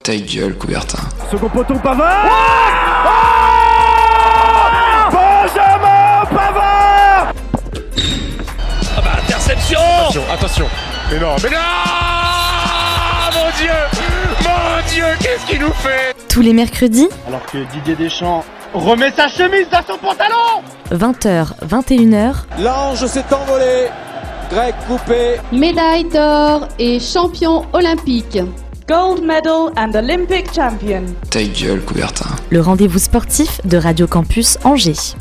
Ta gueule, Coubertin. Second poteau, Pavard. Benjamin Pavard. Ah bah interception. Attention. Mais non. Mon Dieu, qu'est-ce qu'il nous fait? Tous les mercredis, Alors que Didier Deschamps remet sa chemise dans son pantalon. 20h, 21h, L'ange s'est envolé. Greg coupé. Médaille d'or et champion olympique. Gold medal and Olympic champion. Ta gueule, Coubertin. le rendez-vous sportif de Radio Campus Angers.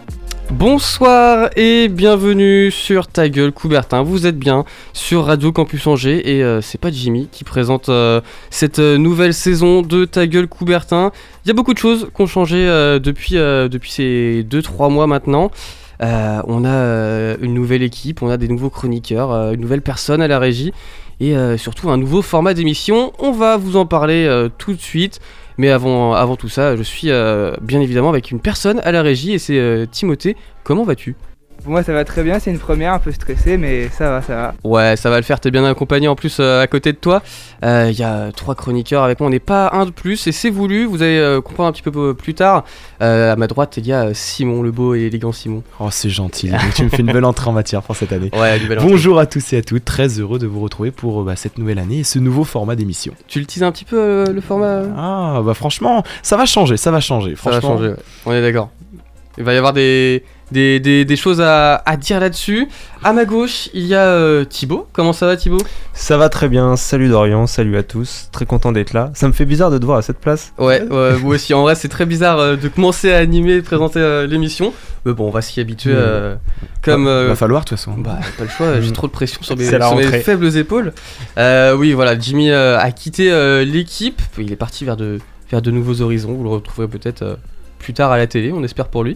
Bonsoir et bienvenue sur Ta gueule Coubertin, vous êtes bien sur Radio Campus Angers et c'est pas Jimmy qui présente cette nouvelle saison de Ta gueule Coubertin. Il y a beaucoup de choses qui ont changé depuis ces 2-3 mois maintenant. On a une nouvelle équipe, on a des nouveaux chroniqueurs, une nouvelle personne à la régie et surtout un nouveau format d'émission. On va vous en parler tout de suite. Mais avant tout ça, je suis bien évidemment avec une personne à la régie et c'est Timothée. Comment vas-tu ? Pour moi ça va très bien, c'est une première, un peu stressé mais ça va. Ouais, ça va le faire, t'es bien accompagné en plus à côté de toi. Il y a 3 chroniqueurs avec moi, on n'est pas un de plus et c'est voulu, vous allez comprendre un petit peu plus tard. À ma droite, il y a Simon, le beau et élégant Simon. Oh, c'est gentil, tu me fais une belle entrée en matière pour cette année. Ouais, une belle entrée. Bonjour à tous et à toutes, très heureux de vous retrouver pour cette nouvelle année et ce nouveau format d'émission. Tu le teases un petit peu le format Ah, bah franchement, ça va changer. Franchement. Ça va changer, ouais. On est d'accord. Il va y avoir des choses à dire là-dessus. À ma gauche, il y a Thibaut. Comment ça va, Thibaut ? Ça va très bien, salut Dorian, salut à tous, très content d'être là. Ça me fait bizarre de te voir à cette place. Ouais, moi aussi. En vrai, c'est très bizarre de commencer à animer et de présenter l'émission. Mais bon, on va s'y habituer. Va falloir, de toute façon. Bah, pas le choix, j'ai trop de pression sur mes faibles épaules. Oui, voilà, Jimmy a quitté l'équipe. Il est parti vers de nouveaux horizons. Vous le retrouverez peut-être plus tard à la télé, on espère pour lui.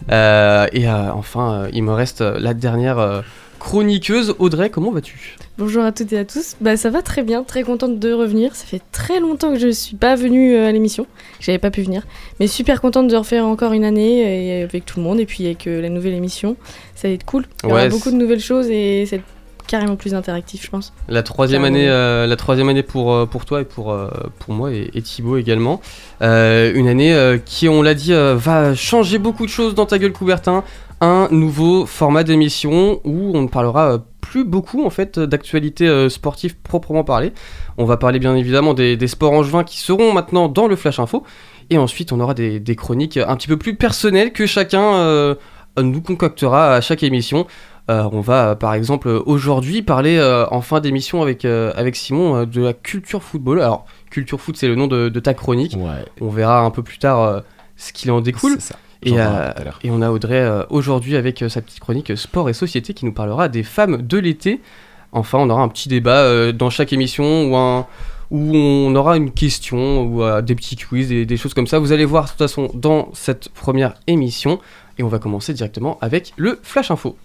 Enfin, il me reste la dernière chroniqueuse. Audrey, comment vas-tu ? Bonjour à toutes et à tous. Bah ça va très bien, très contente de revenir. Ça fait très longtemps que je suis pas venue à l'émission, j'avais pas pu venir, mais super contente de refaire encore une année et avec tout le monde et puis avec la nouvelle émission. Ça va être cool. Il y aura beaucoup de nouvelles choses et c'est carrément plus interactif, je pense. La troisième année pour toi et pour moi et Thibaut également. Une année qui, on l'a dit, va changer beaucoup de choses dans Ta gueule Coubertin. Un nouveau format d'émission où on ne parlera plus beaucoup en fait d'actualité sportive proprement parlée. On va parler bien évidemment des sports angevins qui seront maintenant dans le Flash Info. Et ensuite on aura des chroniques un petit peu plus personnelles que chacun nous concoctera à chaque émission. On va par exemple aujourd'hui parler en fin d'émission avec Simon de la culture football. Alors culture foot, c'est le nom de ta chronique. Ouais. On verra un peu plus tard ce qu'il en découle. C'est ça. Et on a Audrey aujourd'hui avec sa petite chronique sport et société qui nous parlera des femmes de l'été. Enfin, on aura un petit débat dans chaque émission où on aura une question ou des petits quiz et des choses comme ça. Vous allez voir de toute façon dans cette première émission. Et on va commencer directement avec le Flash Info.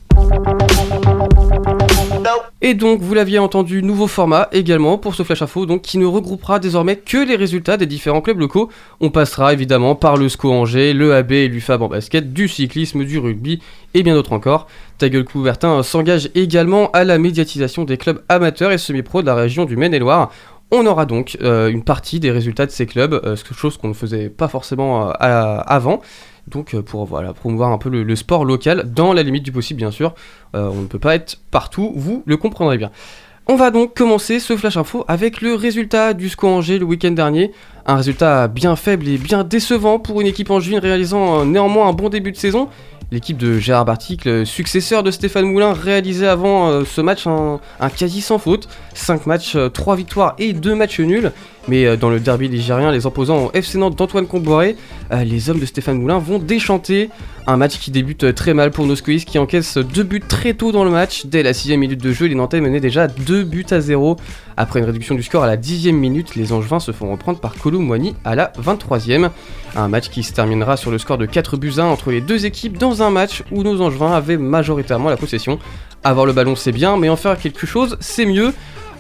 Et donc, vous l'aviez entendu, nouveau format également pour ce Flash Info, donc qui ne regroupera désormais que les résultats des différents clubs locaux. On passera évidemment par le SCO Angers, le AB et l'UFAB en basket, du cyclisme, du rugby et bien d'autres encore. Ta gueule Coubertin s'engage également à la médiatisation des clubs amateurs et semi-pro de la région du Maine-et-Loire. On aura donc une partie des résultats de ces clubs, chose qu'on ne faisait pas forcément avant. Donc pour promouvoir un peu le sport local dans la limite du possible bien sûr. On ne peut pas être partout, vous le comprendrez bien. On va donc commencer ce Flash Info avec le résultat du SCO Angers le week-end dernier. Un résultat bien faible et bien décevant pour une équipe angevine réalisant néanmoins un bon début de saison. L'équipe de Gérard Barticle, successeur de Stéphane Moulin, réalisait avant ce match un quasi sans faute. 5 matchs, 3 victoires et 2 matchs nuls. Mais dans le derby ligérien, les opposants au FC Nantes d'Antoine Comboiré, les hommes de Stéphane Moulin vont déchanter. Un match qui débute très mal pour nos squeeze qui encaissent 2 buts très tôt dans le match. Dès la 6ème minute de jeu, les Nantais menaient déjà 2-0. Après une réduction du score à la 10ème minute, les Angevins se font reprendre par Colou Moigny à la 23ème. Un match qui se terminera sur le score de 4-1 entre les deux équipes dans un match où nos Angevins avaient majoritairement la possession. Avoir le ballon c'est bien, mais en faire quelque chose c'est mieux.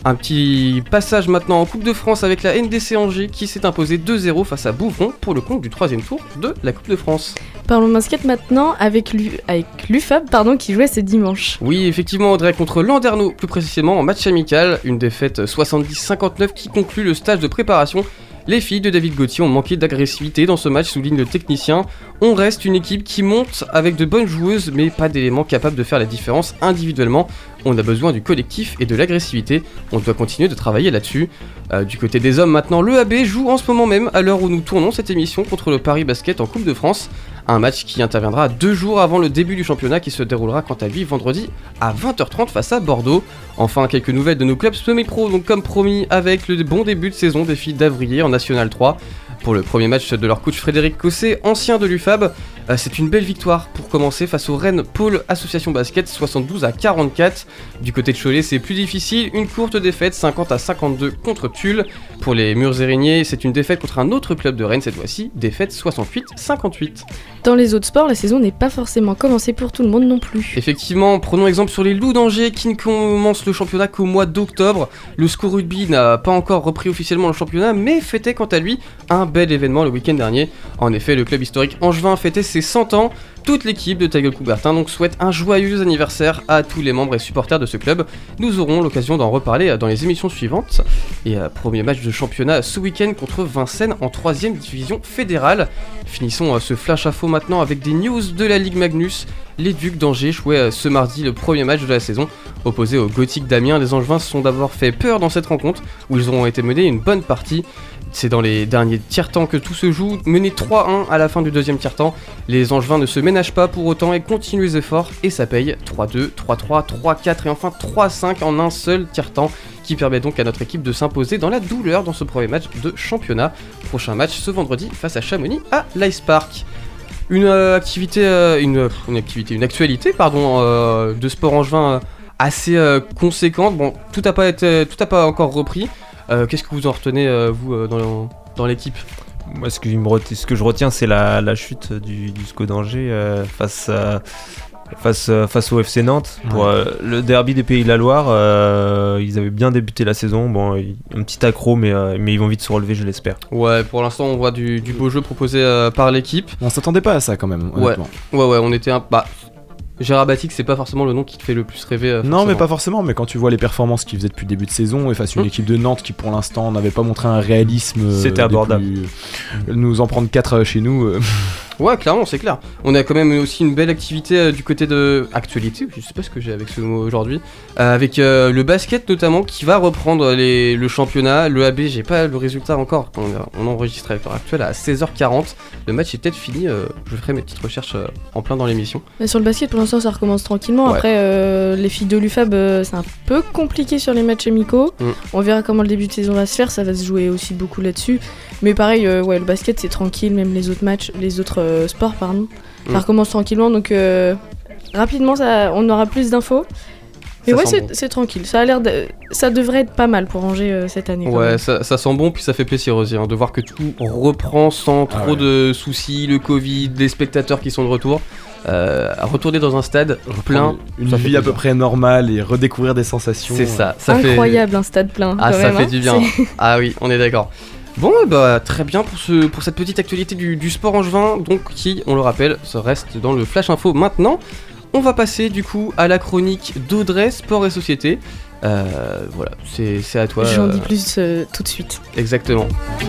Un petit passage maintenant en Coupe de France avec la NDC Angers qui s'est imposée 2-0 face à Bouvron pour le compte du 3e tour de la Coupe de France. Parlons basket maintenant avec l'UFAB qui jouait ce dimanche. Oui, effectivement, Audrey contre Landerneau, plus précisément en match amical, une défaite 70-59 qui conclut le stage de préparation. Les filles de David Gauthier ont manqué d'agressivité dans ce match, souligne le technicien. On reste une équipe qui monte avec de bonnes joueuses, mais pas d'éléments capables de faire la différence individuellement. On a besoin du collectif et de l'agressivité. On doit continuer de travailler là-dessus. Du côté des hommes maintenant, le AB joue en ce moment même, à l'heure où nous tournons cette émission, contre le Paris Basket en Coupe de France. Un match qui interviendra 2 jours avant le début du championnat qui se déroulera quant à lui vendredi à 20h30 face à Bordeaux. Enfin, quelques nouvelles de nos clubs semi-pro, donc comme promis avec le bon début de saison des filles d'Avrier en National 3. Pour le premier match de leur coach Frédéric Cosset, ancien de l'UFAB, c'est une belle victoire pour commencer face au Rennes Pôle Association Basket 72-44. Du côté de Cholet, c'est plus difficile, une courte défaite 50-52 contre Tulle. Pour les Murs-Érigniers, c'est une défaite contre un autre club de Rennes cette fois-ci, défaite 68-58. Dans les autres sports, la saison n'est pas forcément commencée pour tout le monde non plus. Effectivement, prenons exemple sur les Loups d'Angers qui ne commencent le championnat qu'au mois d'octobre. Le SCO Rugby n'a pas encore repris officiellement le championnat, mais fêtait quant à lui un bel événement le week-end dernier. En effet, le club historique angevin fêtait ses 100 ans. Toute l'équipe de Ta Gueule Coubertin donc souhaite un joyeux anniversaire à tous les membres et supporters de ce club. Nous aurons l'occasion d'en reparler dans les émissions suivantes. Et premier match de championnat ce week-end contre Vincennes en 3ème division fédérale. Finissons ce flash info maintenant avec des news de la Ligue Magnus. Les Ducs d'Angers jouaient ce mardi le premier match de la saison. Opposés au Gothique d'Amiens, les Angevins se sont d'abord fait peur dans cette rencontre où ils auront été menés une bonne partie. C'est dans les derniers tiers-temps que tout se joue, mené 3-1 à la fin du deuxième tiers-temps. Les Angevins ne se ménagent pas pour autant et continuent les efforts et ça paye 3-2, 3-3, 3-4 et enfin 3-5 en un seul tiers-temps qui permet donc à notre équipe de s'imposer dans la douleur dans ce premier match de championnat. Prochain match ce vendredi face à Chamonix à l'Ice Park. Une actualité de sport angevin assez conséquente. Bon, tout n'a pas encore repris. Qu'est-ce que vous en retenez, vous, dans l'équipe ? Moi, ce que je retiens, c'est la chute du SCO d'Angers face au FC Nantes. Pour le derby des Pays de la Loire, ils avaient bien débuté la saison. Bon, un petit accro, mais ils vont vite se relever, je l'espère. Ouais, pour l'instant, on voit du beau jeu proposé par l'équipe. On s'attendait pas à ça quand même, honnêtement. Ouais, on était Gérard Batic, c'est pas forcément le nom qui te fait le plus rêver. Non, mais pas forcément. Mais quand tu vois les performances qu'il faisait depuis le début de saison et face à une équipe de Nantes qui, pour l'instant, n'avait pas montré un réalisme. C'était abordable. Nous en prendre 4 chez nous. Ouais, clairement, c'est clair. On a quand même aussi une belle activité du côté de actualité. Je sais pas ce que j'ai avec ce mot aujourd'hui. Avec le basket notamment qui va reprendre le championnat. Le AB, j'ai pas le résultat encore. On enregistre à l'heure actuelle à 16h40. Le match est peut-être fini. Je ferai mes petites recherches en plein dans l'émission. Mais sur le basket, pour l'instant, ça recommence tranquillement. Ouais. Après, les filles de l'UFAB, c'est un peu compliqué sur les matchs amicaux. On verra comment le début de saison va se faire. Ça va se jouer aussi beaucoup là-dessus. Mais pareil, le basket, c'est tranquille. Même les autres sports, ça recommence tranquillement. Donc, rapidement, on aura plus d'infos. Mais ouais, c'est tranquille. Ça devrait être pas mal pour Angers cette année. Ouais, ça sent bon, puis ça fait plaisir aussi de voir que tout reprend sans trop de soucis. Le Covid, les spectateurs qui sont de retour. Retourner dans un stade plein, une vie à peu près normale et redécouvrir des sensations. C'est ça. Incroyable, un stade plein. Ah, ça fait du bien. Ah oui, on est d'accord. Bon, très bien pour cette petite actualité du sport angevin, donc qui, on le rappelle, se reste dans le Flash Info maintenant. On va passer du coup à la chronique d'Audrey, Sport et Société. Voilà, c'est à toi. J'en dis plus tout de suite. Exactement.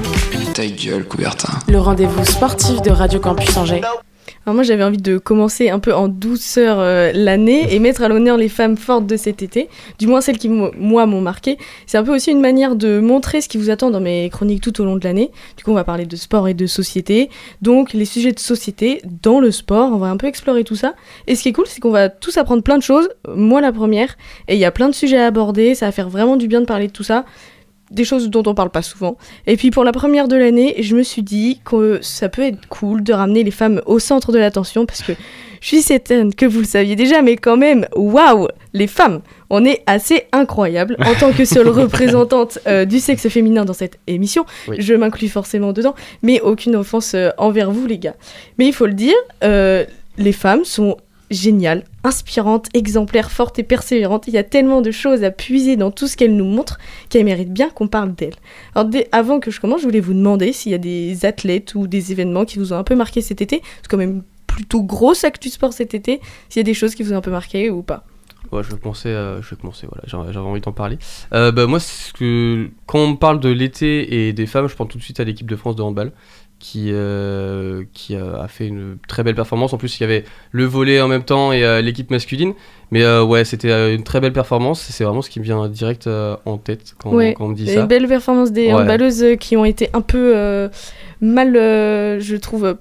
Ta gueule, Coubertin. Le rendez-vous sportif de Radio Campus Angers. Alors moi j'avais envie de commencer un peu en douceur l'année et mettre à l'honneur les femmes fortes de cet été, du moins celles qui moi m'ont marqué. C'est un peu aussi une manière de montrer ce qui vous attend dans mes chroniques tout au long de l'année. Du coup on va parler de sport et de société, donc les sujets de société dans le sport, on va un peu explorer tout ça. Et ce qui est cool c'est qu'on va tous apprendre plein de choses, moi la première, et il y a plein de sujets à aborder, ça va faire vraiment du bien de parler de tout ça. Des choses dont on parle pas souvent. Et puis pour la première de l'année, je me suis dit que ça peut être cool de ramener les femmes au centre de l'attention parce que je suis certaine que vous le saviez déjà, mais quand même, waouh, les femmes, on est assez incroyables. En tant que seule représentante du sexe féminin dans cette émission, oui. Je m'inclus forcément dedans, mais aucune offense envers vous les gars. Mais il faut le dire, les femmes sont géniale, inspirante, exemplaire, forte et persévérante. Il y a tellement de choses à puiser dans tout ce qu'elle nous montre qu'elle mérite bien qu'on parle d'elle. Alors avant que je commence, je voulais vous demander s'il y a des athlètes ou des événements qui vous ont un peu marqué cet été. C'est quand même plutôt grosse actu sport cet été. S'il y a des choses qui vous ont un peu marqué ou pas. Ouais, je vais commencer, voilà, j'avais envie d'en parler. Moi, quand on parle de l'été et des femmes, je pense tout de suite à l'équipe de France de handball, qui a fait une très belle performance. En plus, il y avait le volley en même temps et l'équipe masculine. Mais ouais, c'était une très belle performance. C'est vraiment ce qui me vient direct en tête quand on me dit ça. Une belle performance des handballeuses qui ont été un peu je trouve,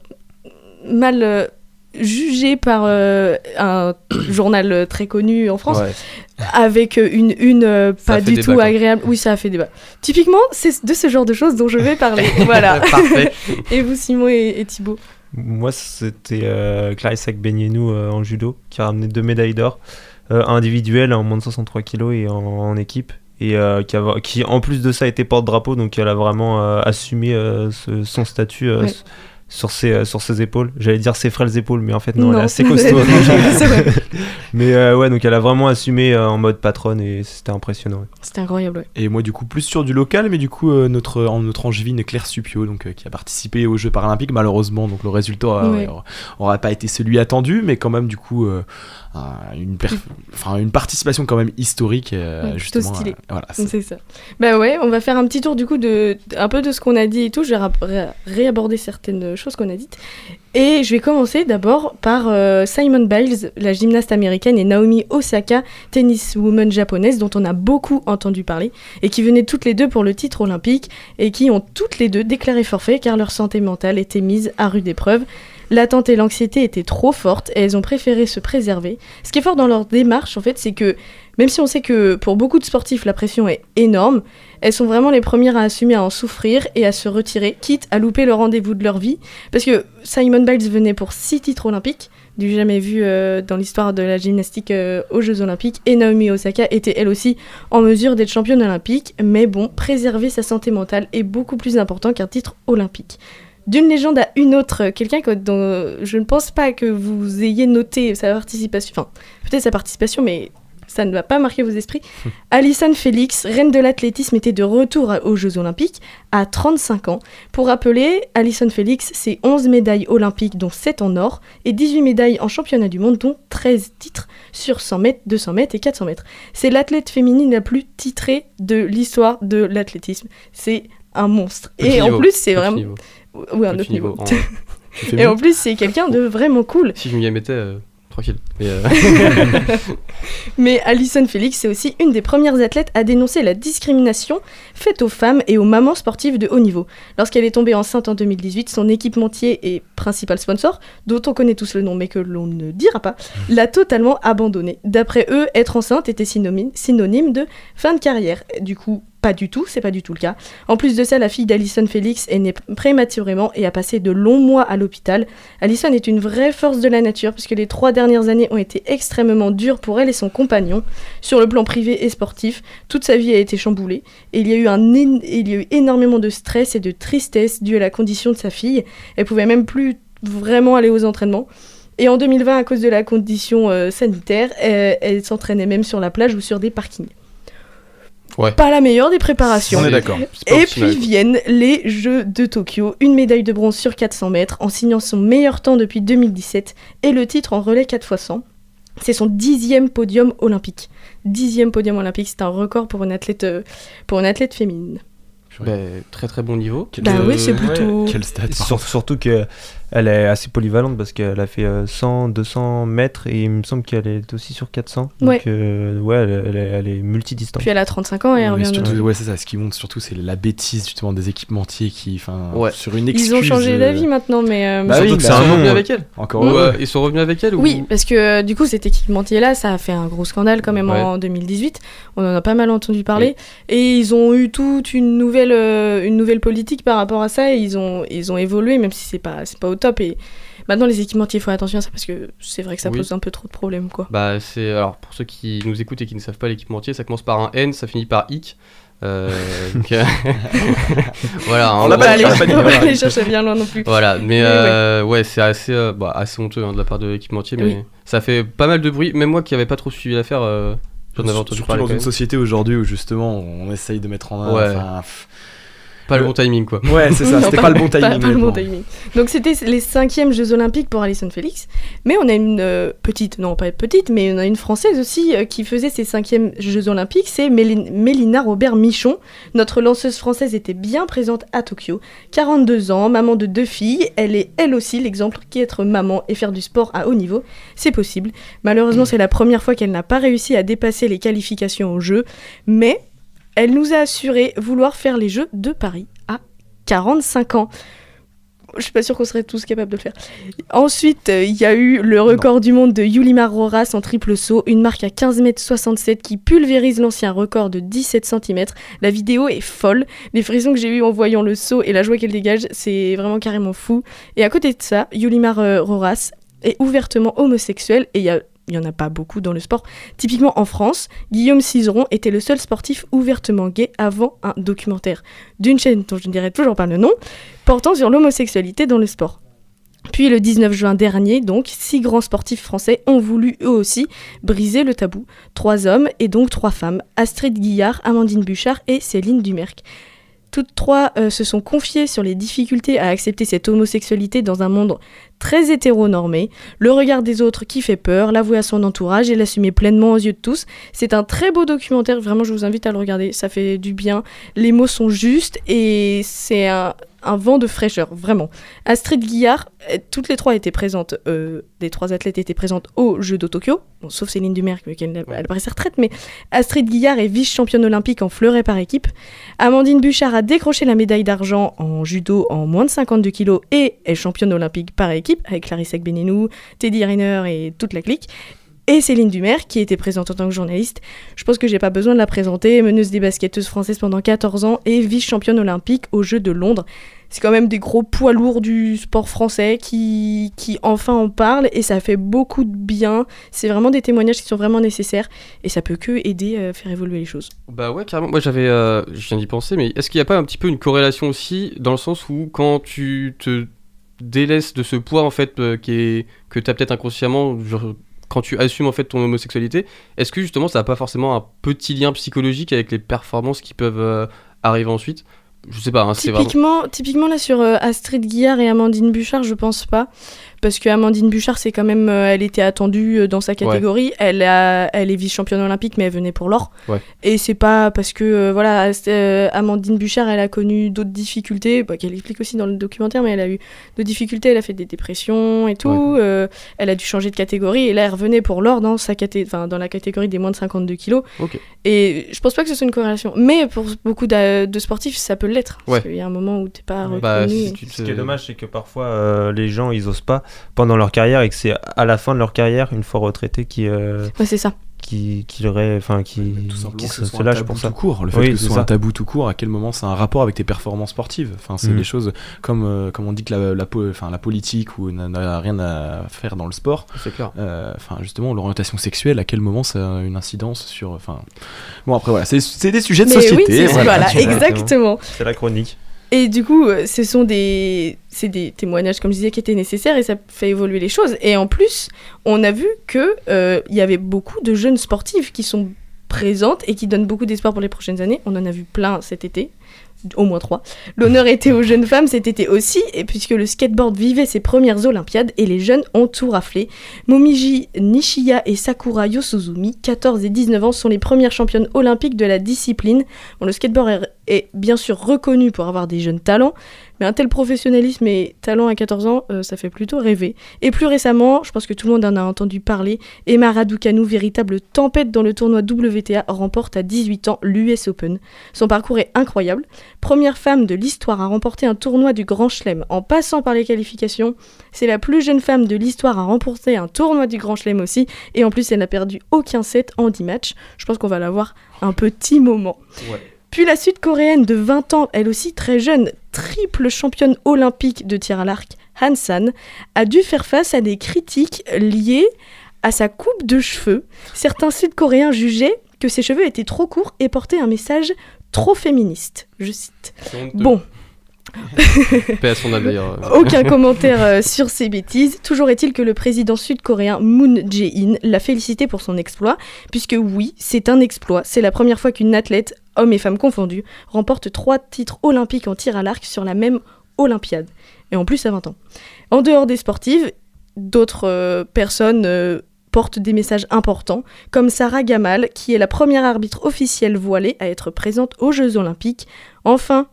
jugé par un journal très connu en France, avec une pas du tout agréable. Oui, ça a fait débat. Typiquement, c'est de ce genre de choses dont je vais parler. Voilà. Parfait. Et vous, Simon et Thibaut? Moi, c'était Clarissa Agbenienou en judo, qui a ramené 2 médailles d'or, individuelles en moins de 63 kilos et en équipe. Et qui, en plus de ça, était porte-drapeau, donc elle a vraiment assumé son statut sur ses épaules. J'allais dire ses frêles épaules, mais en fait non. Elle est assez costaud. Mais donc elle a vraiment assumé en mode patronne et c'était impressionnant. Ouais. C'était incroyable. Et moi du coup plus sur du local, mais du coup notre angevine Claire Supio, donc qui a participé aux Jeux Paralympiques, malheureusement donc le résultat aura pas été celui attendu, mais quand même du coup une participation quand même historique, justement. Stylé. Voilà, c'est ça. Bah ouais, on va faire un petit tour du coup un peu de ce qu'on a dit et tout. Je vais réaborder certaines choses qu'on a dites. Et je vais commencer d'abord par Simone Biles, la gymnaste américaine, et Naomi Osaka, tenniswoman japonaise, dont on a beaucoup entendu parler, et qui venaient toutes les deux pour le titre olympique, et qui ont toutes les deux déclaré forfait car leur santé mentale était mise à rude épreuve. L'attente et l'anxiété étaient trop fortes et elles ont préféré se préserver. Ce qui est fort dans leur démarche, en fait, c'est que même si on sait que pour beaucoup de sportifs, la pression est énorme, elles sont vraiment les premières à assumer à en souffrir et à se retirer, quitte à louper le rendez-vous de leur vie. Parce que Simone Biles venait pour 6 titres olympiques, du jamais vu dans l'histoire de la gymnastique aux Jeux Olympiques, et Naomi Osaka était elle aussi en mesure d'être championne olympique, mais bon, préserver sa santé mentale est beaucoup plus important qu'un titre olympique. D'une légende à une autre, quelqu'un dont je ne pense pas que vous ayez noté sa participation, enfin peut-être sa participation, mais ça ne va pas marquer vos esprits. Allyson Felix, reine de l'athlétisme, était de retour aux Jeux Olympiques à 35 ans. Pour rappeler, Allyson Felix, c'est 11 médailles olympiques, dont 7 en or, et 18 médailles en championnat du monde, dont 13 titres sur 100 mètres, 200 mètres et 400 mètres. C'est l'athlète féminine la plus titrée de l'histoire de l'athlétisme. C'est un monstre. Et en plus, c'est vraiment... Oui, un autre niveau. Et en plus, c'est quelqu'un de vraiment cool. Si je m'y mettais, tranquille. Mais Allyson Felix, c'est aussi une des premières athlètes à dénoncer la discrimination faite aux femmes et aux mamans sportives de haut niveau. Lorsqu'elle est tombée enceinte en 2018, son équipementier et principal sponsor, dont on connaît tous le nom mais que l'on ne dira pas, l'a totalement abandonnée. D'après eux, être enceinte était synonyme de fin de carrière. Du coup, pas du tout, c'est pas du tout le cas. En plus de ça, la fille d'Allyson Felix est née prématurément et a passé de longs mois à l'hôpital. Allyson est une vraie force de la nature puisque les 3 dernières années ont été extrêmement dures pour elle et son compagnon. Sur le plan privé et sportif, toute sa vie a été chamboulée et il y a eu énormément de stress et de tristesse dû à la condition de sa fille. Elle pouvait même plus vraiment aller aux entraînements. Et en 2020, à cause de la condition sanitaire, elle s'entraînait même sur la plage ou sur des parkings. Ouais. Pas la meilleure des préparations. On est d'accord. Et puis viennent les Jeux de Tokyo, une médaille de bronze sur 400 mètres en signant son meilleur temps depuis 2017 et le titre en relais 4x100. C'est son 10e podium olympique. 10e podium olympique, c'est un record pour une athlète féminine. Très très bon niveau. Oui, c'est plutôt... Quel stade. Surtout qu'elle est assez polyvalente parce qu'elle a fait 100, 200 mètres et il me semble qu'elle est aussi sur 400. Donc elle est multidistante. Puis elle a 35 ans et elle revient de... Ouais, c'est ça. Ce qui montre surtout, c'est la bêtise justement des équipementiers qui, sur une excuse... Ils ont changé d'avis maintenant, mais... surtout que c'est un nom avec elle. Encore ils sont revenus avec elle Oui, parce que du coup, cet équipementier-là, ça a fait un gros scandale quand même en 2018. On en a pas mal entendu parler. Et ils ont eu toute une nouvelle politique par rapport à ça et ils ont évolué, même si c'est pas au top. Et maintenant, les équipementiers, il faut attention à ça parce que c'est vrai que ça pose un peu trop de problèmes, quoi. Alors pour ceux qui nous écoutent et qui ne savent pas, l'équipementier, ça commence par un N, ça finit par IC. Voilà, on l'a pas dit, on va aller chercher bien loin non plus. Voilà, mais ouais, c'est assez honteux de la part de l'équipementier, mais ça fait pas mal de bruit. Même moi qui n'avais pas trop suivi l'affaire, j'en avais entendu parler. Surtout dans une société aujourd'hui où justement on essaye de mettre en œuvre. Pas le bon timing quoi. Ouais, c'est ça, c'était pas le bon timing. Pas le bon timing. Donc c'était les 5e Jeux Olympiques pour Allyson Félix, mais on a une on a une Française aussi qui faisait ses 5e Jeux Olympiques, c'est Mélina Robert-Michon. Notre lanceuse française était bien présente à Tokyo. 42 ans, maman de 2 filles, elle est elle aussi l'exemple qu'être maman et faire du sport à haut niveau, c'est possible. Malheureusement, c'est la première fois qu'elle n'a pas réussi à dépasser les qualifications aux Jeux, mais elle nous a assuré vouloir faire les Jeux de Paris à 45 ans. Je suis pas sûre qu'on serait tous capables de le faire. Ensuite, il y a eu le record du monde de Yulimar Roras en triple saut, une marque à 15,67 m qui pulvérise l'ancien record de 17 cm. La vidéo est folle. Les frissons que j'ai eu en voyant le saut et la joie qu'elle dégage, c'est vraiment carrément fou. Et à côté de ça, Yulimar Roras est ouvertement homosexuel et il n'y en a pas beaucoup dans le sport. Typiquement en France, Guillaume Cizeron était le seul sportif ouvertement gay avant un documentaire d'une chaîne dont je ne dirai toujours pas le nom, portant sur l'homosexualité dans le sport. Puis le 19 juin dernier, donc, 6 grands sportifs français ont voulu eux aussi briser le tabou. 3 hommes et donc 3 femmes, Astrid Guillard, Amandine Buchard et Céline Dumerc. Toutes 3 se sont confiées sur les difficultés à accepter cette homosexualité dans un monde très hétéronormé, le regard des autres qui fait peur, l'avouer à son entourage et l'assumer pleinement aux yeux de tous. C'est un très beau documentaire, vraiment je vous invite à le regarder, ça fait du bien, les mots sont justes et c'est un vent de fraîcheur, vraiment. Astrid Guillard, toutes les 3 étaient présentes, les 3 athlètes étaient présentes aux Jeux de Tokyo, bon, sauf Céline Dumerc, elle a pris sa retraite, mais Astrid Guillard est vice-championne olympique en fleuret par équipe. Amandine Buchard a décroché la médaille d'argent en judo en moins de 52 kg et est championne olympique par équipe, avec Clarisse Agbenenou, Teddy Riner et toute la clique. Et Céline Dumerc, qui était présente en tant que journaliste. Je pense que j'ai pas besoin de la présenter, meneuse des basketteuses françaises pendant 14 ans et vice-championne olympique aux Jeux de Londres. C'est quand même des gros poids lourds du sport français qui enfin en parlent et ça fait beaucoup de bien. C'est vraiment des témoignages qui sont vraiment nécessaires et ça peut que aider à faire évoluer les choses. Bah ouais, carrément. Moi je viens d'y penser, mais est-ce qu'il n'y a pas un petit peu une corrélation aussi dans le sens où quand tu te délaisses de ce poids en fait que t'as peut-être inconsciemment, genre, quand tu assumes en fait ton homosexualité, est-ce que justement ça n'a pas forcément un petit lien psychologique avec les performances qui peuvent arriver ensuite ? Je sais pas, hein, c'est vraiment... Typiquement là sur Astrid Guillard et Amandine Buchard, je pense pas. Parce que Amandine Buchard, c'est quand même, elle était attendue dans sa catégorie. Ouais. Elle est vice-championne olympique, mais elle venait pour l'or. Ouais. Et c'est pas parce que Amandine Buchard, elle a connu d'autres difficultés, qu'elle explique aussi dans le documentaire, mais elle a eu d'autres difficultés. Elle a fait des dépressions et tout. Ouais. Elle a dû changer de catégorie et là, elle revenait pour l'or dans la catégorie des moins de 52 kilos. Okay. Et je pense pas que ce soit une corrélation. Mais pour beaucoup de sportifs, ça peut l'être. Ouais. Parce qu'il y a un moment où t'es pas reconnu. Ce qui est dommage, c'est que parfois les gens ils osent pas pendant leur carrière et que c'est à la fin de leur carrière, une fois retraités, c'est ça. Qui se lâche pour ça. Tout court. Le fait que ce soit un tabou tout court, à quel moment c'est un rapport avec tes performances sportives. Enfin, c'est des choses comme on dit que la politique ou n'a rien à faire dans le sport. C'est clair. Justement, l'orientation sexuelle, à quel moment ça a une incidence sur. Bon, après voilà, c'est des sujets de société. Oui, voilà, exactement. C'est la chronique. Et du coup, c'est des témoignages, comme je disais, qui étaient nécessaires et ça fait évoluer les choses. Et en plus, on a vu qu'il y avait beaucoup de jeunes sportifs qui sont présentes et qui donnent beaucoup d'espoir pour les prochaines années. On en a vu plein cet été. Au moins 3. L'honneur était aux jeunes femmes cet été aussi, et puisque le skateboard vivait ses premières Olympiades et les jeunes ont tout raflé. Momiji Nishiya et Sakura Yosuzumi, 14 et 19 ans, sont les premières championnes olympiques de la discipline. Bon, le skateboard est bien sûr reconnu pour avoir des jeunes talents, mais un tel professionnalisme et talent à 14 ans, ça fait plutôt rêver. Et plus récemment, je pense que tout le monde en a entendu parler, Emma Raducanu, véritable tempête dans le tournoi WTA, remporte à 18 ans l'US Open. Son parcours est incroyable. Première femme de l'histoire à remporter un tournoi du Grand Chelem en passant par les qualifications. C'est la plus jeune femme de l'histoire à remporter un tournoi du Grand Chelem aussi. Et en plus, elle n'a perdu aucun set en 10 matchs. Je pense qu'on va la voir un petit moment. Ouais. Puis la Sud-Coréenne de 20 ans, elle aussi très jeune, triple championne olympique de tir à l'arc, Han San, a dû faire face à des critiques liées à sa coupe de cheveux. Certains Sud-Coréens jugeaient que ses cheveux étaient trop courts et portaient un message trop féministe, je cite. Bon. Paix à son âme d'ailleurs. Aucun commentaire sur ces bêtises. Toujours est-il que le président sud-coréen Moon Jae-in l'a félicité pour son exploit, puisque oui, c'est un exploit. C'est la première fois qu'une athlète, hommes et femmes confondus, remporte 3 titres olympiques en tir à l'arc sur la même Olympiade. Et en plus à 20 ans. En dehors des sportives, d'autres personnes portent des messages importants, comme Sarah Gamal, qui est la première arbitre officielle voilée à être présente aux Jeux Olympiques. Enfin,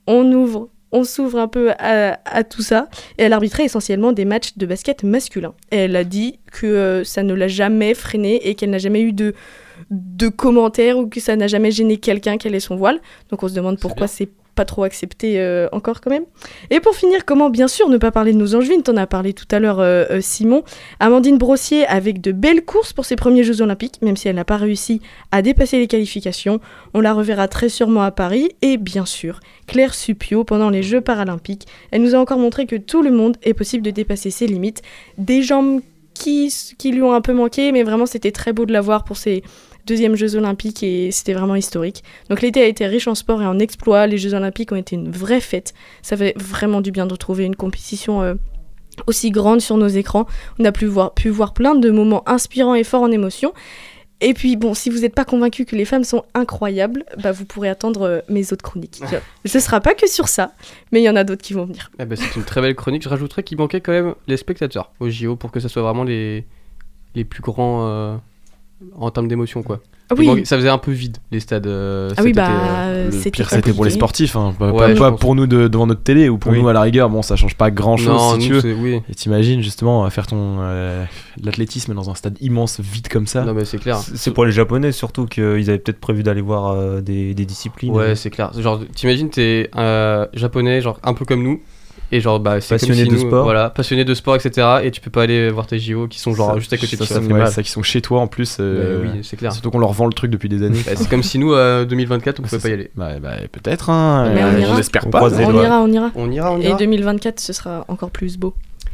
on s'ouvre un peu à tout ça, et elle arbitrait essentiellement des matchs de basket masculin. Et elle a dit que ça ne l'a jamais freinée et qu'elle n'a jamais eu de commentaires ou que ça n'a jamais gêné quelqu'un qu'elle ait son voile. Donc on se demande pourquoi c'est pas trop accepté encore quand même. Et pour finir, comment bien sûr ne pas parler de nos Angevines, t'en as parlé tout à l'heure Simon, Amandine Brossier avec de belles courses pour ses premiers Jeux Olympiques, même si elle n'a pas réussi à dépasser les qualifications, on la reverra très sûrement à Paris, et bien sûr Claire Suppiot pendant les Jeux Paralympiques. Elle nous a encore montré que tout le monde est possible de dépasser ses limites, des jambes qui lui ont un peu manqué, mais vraiment c'était très beau de la voir pour ses deuxièmes Jeux Olympiques et c'était vraiment historique. Donc l'été a été riche en sport et en exploits, les Jeux Olympiques ont été une vraie fête. Ça fait vraiment du bien de retrouver une compétition aussi grande sur nos écrans. On a pu voir plein de moments inspirants et forts en émotion. Et puis bon, si vous n'êtes pas convaincu que les femmes sont incroyables, bah vous pourrez attendre mes autres chroniques. Ce sera pas que sur ça, mais il y en a d'autres qui vont venir. C'est une très belle chronique. Je rajouterais qu'il manquait quand même les spectateurs au JO pour que ça soit vraiment les plus grands en termes d'émotion, quoi. Ah oui. Ça faisait un peu vide les stades. Le pire c'était pour les sportifs, hein. Ouais, pas pour nous devant notre télé ou pour nous à la rigueur. Bon, ça change pas grand chose si tu veux. Oui. Et t'imagines justement faire l'athlétisme dans un stade immense vide comme ça. Non, mais c'est clair. C'est pour les Japonais surtout qu'ils avaient peut-être prévu d'aller voir des disciplines. Ouais, c'est clair. Genre, t'imagines, t'es japonais, genre un peu comme nous. Et genre c'est passionné comme si de sport, voilà, passionné de sport, etc. Et tu peux pas aller voir tes JO qui sont genre juste à côté de toi. C'est ça qui sont chez toi en plus. Oui, c'est clair. Surtout qu'on leur vend le truc depuis des années. C'est comme si nous 2024 on pouvait pas y aller. Peut-être. Hein, on n'espère pas. On ira. Et 2024 ce sera encore plus beau.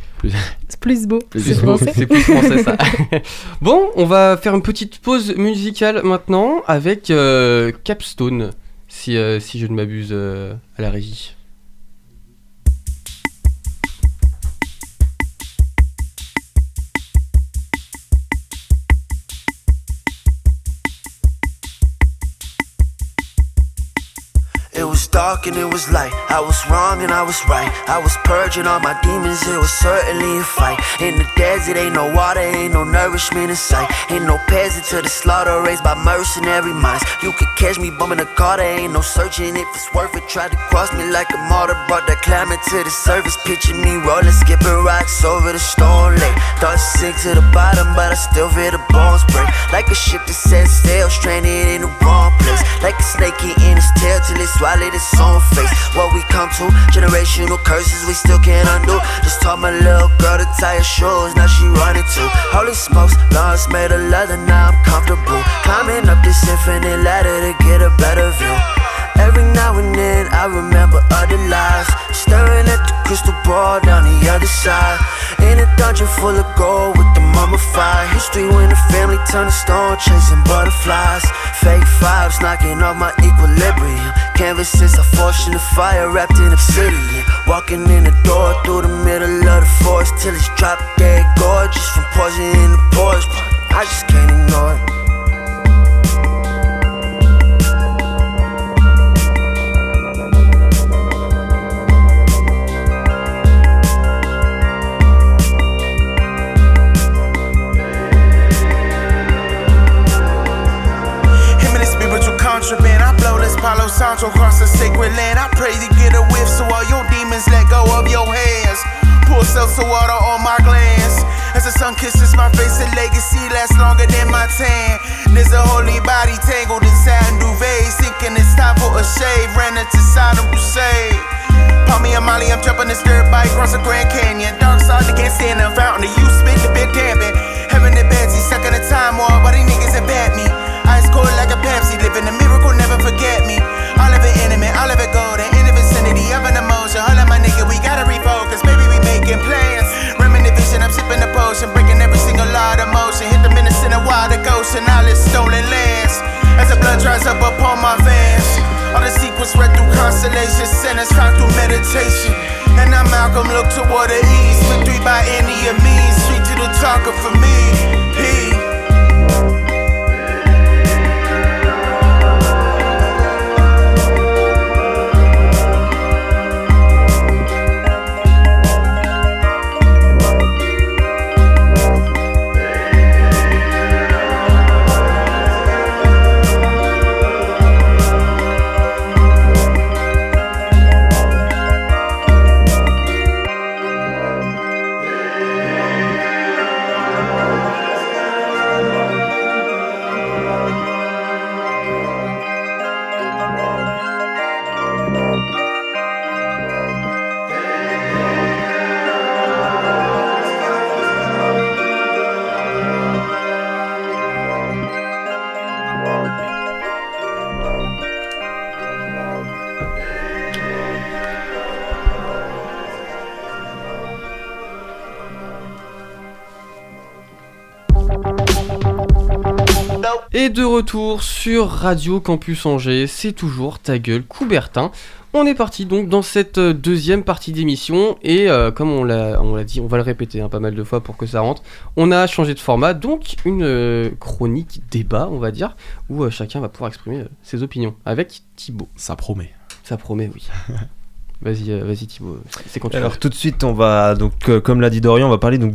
Plus beau. C'est français. C'est plus français ça. Bon, on va faire une petite pause musicale maintenant avec Capstone, si je ne m'abuse à la régie. It was dark and it was light, I was wrong and I was right. I was purging all my demons, it was certainly a fight. In the desert ain't no water, ain't no nourishment in sight. Ain't no peasant to the slaughter raised by mercenary minds. You could catch me bumming a car, there ain't no searching if it's worth it. Tried to cross me like a martyr, brought that climate to the surface. Picture me rolling, skipping rocks over the stone lake. Thought sink to the bottom, but I still feel the bones break. Like a ship that set sail, stranded in the wrong place. Like a snake eating its tail till it swallowed its own face. What we come to, generational curses we still can't undo. Just taught my little girl to tie her shoes, now she running too. Holy smokes, lungs made of leather, now I'm comfortable. Climbing up this infinite ladder to get a better view. Every now and then I remember other lives, staring at the crystal ball down the other side. In a dungeon full of gold with the mummified history when the family turned to stone, chasing butterflies. Fake vibes knocking off my equilibrium. Canvases I forged in the fire, wrapped in obsidian. Walking in the door through the middle of the forest till it's drop dead gorgeous from poison in the pores. I just can't ignore it. I blow this Palo Santo across the sacred land. I pray to get a whiff so all your demons let go of your hands. Pour seltzer water on my glands. As the sun kisses my face, the legacy lasts longer than my tan. There's a holy body tangled inside duvets, thinking it's time for a shave. Ran into Saddam Hussein. Pop me a Molly, I'm jumping this dirt bike across the Grand Canyon. Dark side, they can't stand the fountain. You spit the bit damping. Heaven and Betsy, stuck in the time war, but these niggas have bat me. Ice cold like a Pepsi, living a miracle, never forget me. I live it intimate, I live it golden, in the vicinity of an emotion. Hold up my nigga, we gotta refocus, baby we making plans. Reminiscing vision, I'm sipping the potion, breaking every single law of motion. Hit them in the center, wild ocean, all this stolen lands. As the blood dries up upon my fans. All the meditation. And now Malcolm look toward the east. Victory by any means. Street to the talker for me. He. Et de retour sur Radio Campus Angers, c'est toujours Ta Gueule Coubertin. On est parti donc dans cette deuxième partie d'émission et comme on l'a dit, on va le répéter pas mal de fois pour que ça rentre. On a changé de format, donc une chronique débat, on va dire, où chacun va pouvoir exprimer ses opinions avec Thibaut. Ça promet. Ça promet, oui. Vas-y Thibaut, c'est quand tu veux. Alors tout de suite, on va donc comme l'a dit Dorian, on va parler donc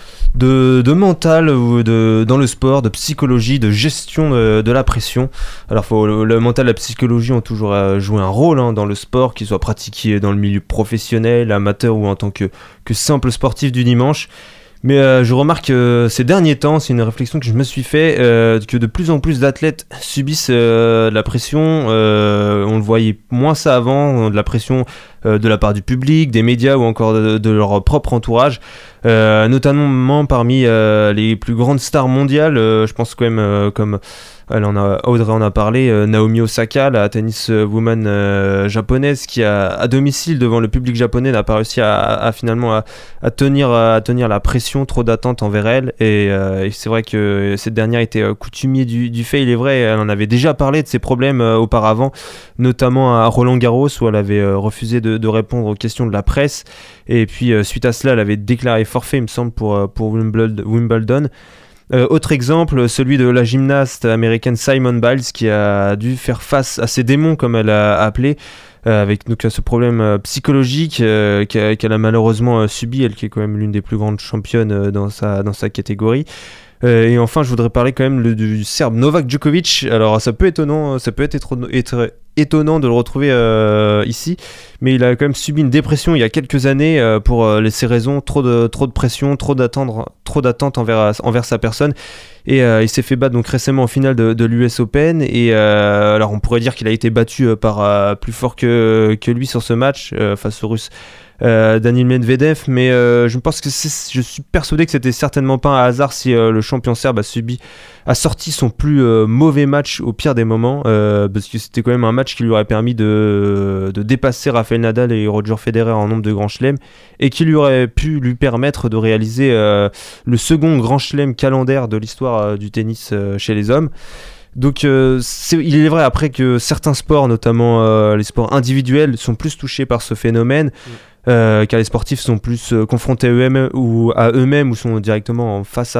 de mental ou dans le sport, de psychologie, de gestion de la pression. Alors le mental et la psychologie ont toujours joué un rôle dans le sport, qu'il soit pratiqué dans le milieu professionnel, amateur ou en tant que simple sportif du dimanche. Mais je remarque ces derniers temps, c'est une réflexion que je me suis fait, que de plus en plus d'athlètes subissent de la pression. On le voyait moins ça avant, de la pression de la part du public, des médias ou encore de leur propre entourage, notamment parmi les plus grandes stars mondiales. Je pense quand même comme Audrey en a parlé, Naomi Osaka, la tenniswoman japonaise qui à domicile devant le public japonais n'a pas réussi à finalement à tenir la pression, trop d'attentes envers elle, et c'est vrai que cette dernière était coutumier du fait, il est vrai, elle en avait déjà parlé de ses problèmes auparavant, notamment à Roland Garros où elle avait refusé de répondre aux questions de la presse, et puis suite à cela elle avait déclaré forfait, il me semble, pour Wimbledon. Autre exemple, celui de la gymnaste américaine Simone Biles qui a dû faire face à ses démons, comme elle a appelé, avec donc ce problème psychologique qu'elle a malheureusement subi, elle qui est quand même l'une des plus grandes championnes dans sa catégorie. Et enfin, je voudrais parler quand même du Serbe Novak Djokovic. Alors ça peut être étonnant de le retrouver ici, mais il a quand même subi une dépression il y a quelques années pour ces raisons, trop de pression, trop d'attentes envers sa personne, et il s'est fait battre donc récemment en finale de l'US Open, et alors on pourrait dire qu'il a été battu par plus fort que lui sur ce match face au Russe Daniil Medvedev, mais je suis persuadé que c'était certainement pas un hasard si le champion serbe a sorti son plus mauvais match au pire des moments, parce que c'était quand même un match qui lui aurait permis de dépasser Rafael Nadal et Roger Federer en nombre de grands chelems, et qui lui aurait pu lui permettre de réaliser le second grand chelem calendaire de l'histoire du tennis chez les hommes. Donc il est vrai après que certains sports, notamment les sports individuels, sont plus touchés par ce phénomène, car les sportifs sont plus confrontés à eux-mêmes ou sont directement en face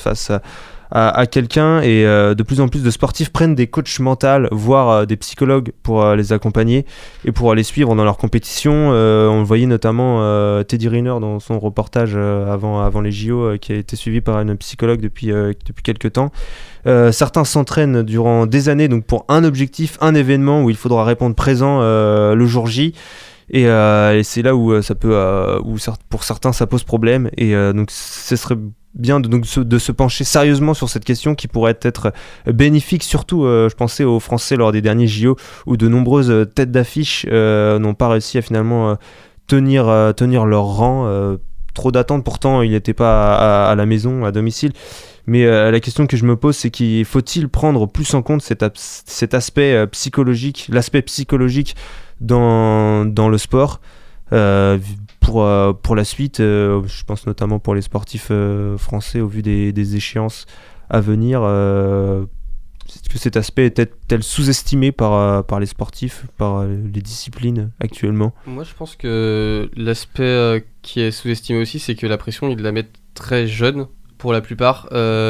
à quelqu'un, et de plus en plus de sportifs prennent des coachs mentaux, voire des psychologues pour les accompagner et pour les suivre dans leur compétition. On le voyait notamment Teddy Riner dans son reportage avant les JO, qui a été suivi par une psychologue depuis quelques temps. Certains s'entraînent durant des années donc pour un objectif, un événement où il faudra répondre présent le jour J. Et c'est là où ça peut, pour certains, ça pose problème. Et donc, ce serait bien de se pencher sérieusement sur cette question qui pourrait être bénéfique, surtout, je pensais aux Français lors des derniers JO, où de nombreuses têtes d'affiche n'ont pas réussi à finalement tenir leur rang. Trop d'attentes, pourtant, il n'était pas à la maison, à domicile. Mais la question que je me pose, c'est faut-il prendre plus en compte cet aspect psychologique, l'aspect psychologique dans le sport pour la suite, je pense notamment pour les sportifs français au vu des échéances à venir. Est-ce que cet aspect est-elle sous-estimé par les sportifs, par les disciplines actuellement ? Moi, je pense que l'aspect qui est sous-estimé aussi, c'est que la pression, ils la mettent très jeune, pour la plupart.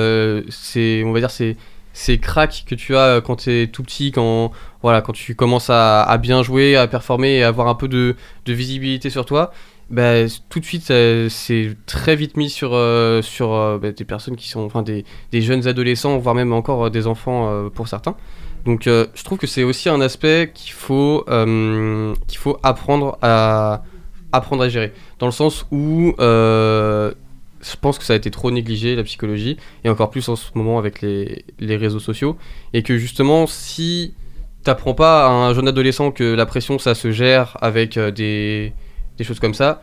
On va dire, ces cracks que tu as quand tu es tout petit, quand tu commences à bien jouer, à performer et à avoir un peu de visibilité sur toi, bah, tout de suite c'est très vite mis sur des personnes qui sont des jeunes adolescents, voire même encore des enfants pour certains. Donc je trouve que c'est aussi un aspect qu'il faut apprendre à gérer, dans le sens où je pense que ça a été trop négligé, la psychologie, et encore plus en ce moment avec les réseaux sociaux, et que justement, si t'apprends pas à un jeune adolescent que la pression, ça se gère avec des choses comme ça,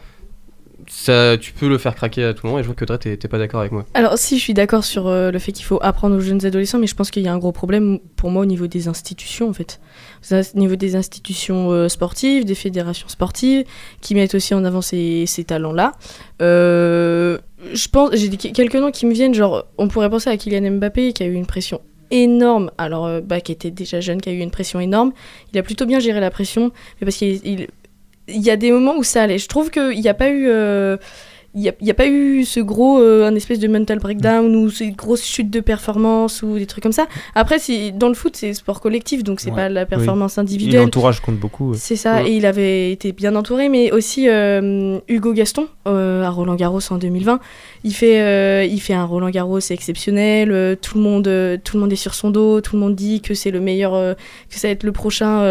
tu peux le faire craquer à tout moment, et je vois que Dre, t'es pas d'accord avec moi. Alors si, je suis d'accord sur le fait qu'il faut apprendre aux jeunes adolescents, mais je pense qu'il y a un gros problème pour moi au niveau des institutions, en fait. Au niveau des institutions sportives, des fédérations sportives, qui mettent aussi en avant ces talents-là. Je pense, j'ai quelques noms qui me viennent, genre, on pourrait penser à Kylian Mbappé, qui a eu une pression énorme, alors qui était déjà jeune, qui a eu une pression énorme. Il a plutôt bien géré la pression, mais parce qu'il y a des moments où ça allait. Je trouve qu'il n'y a pas eu... Il n'y a pas eu ce gros un espèce de mental breakdown ou ces grosses chutes de performance ou des trucs comme ça. Après, dans le foot, c'est sport collectif, donc c'est pas la performance individuelle. Et l'entourage compte beaucoup. C'est ça, et il avait été bien entouré, mais aussi Hugo Gaston à Roland-Garros en 2020. Il fait un Roland-Garros exceptionnel, tout le monde est sur son dos, tout le monde dit que c'est le meilleur, que ça va être le prochain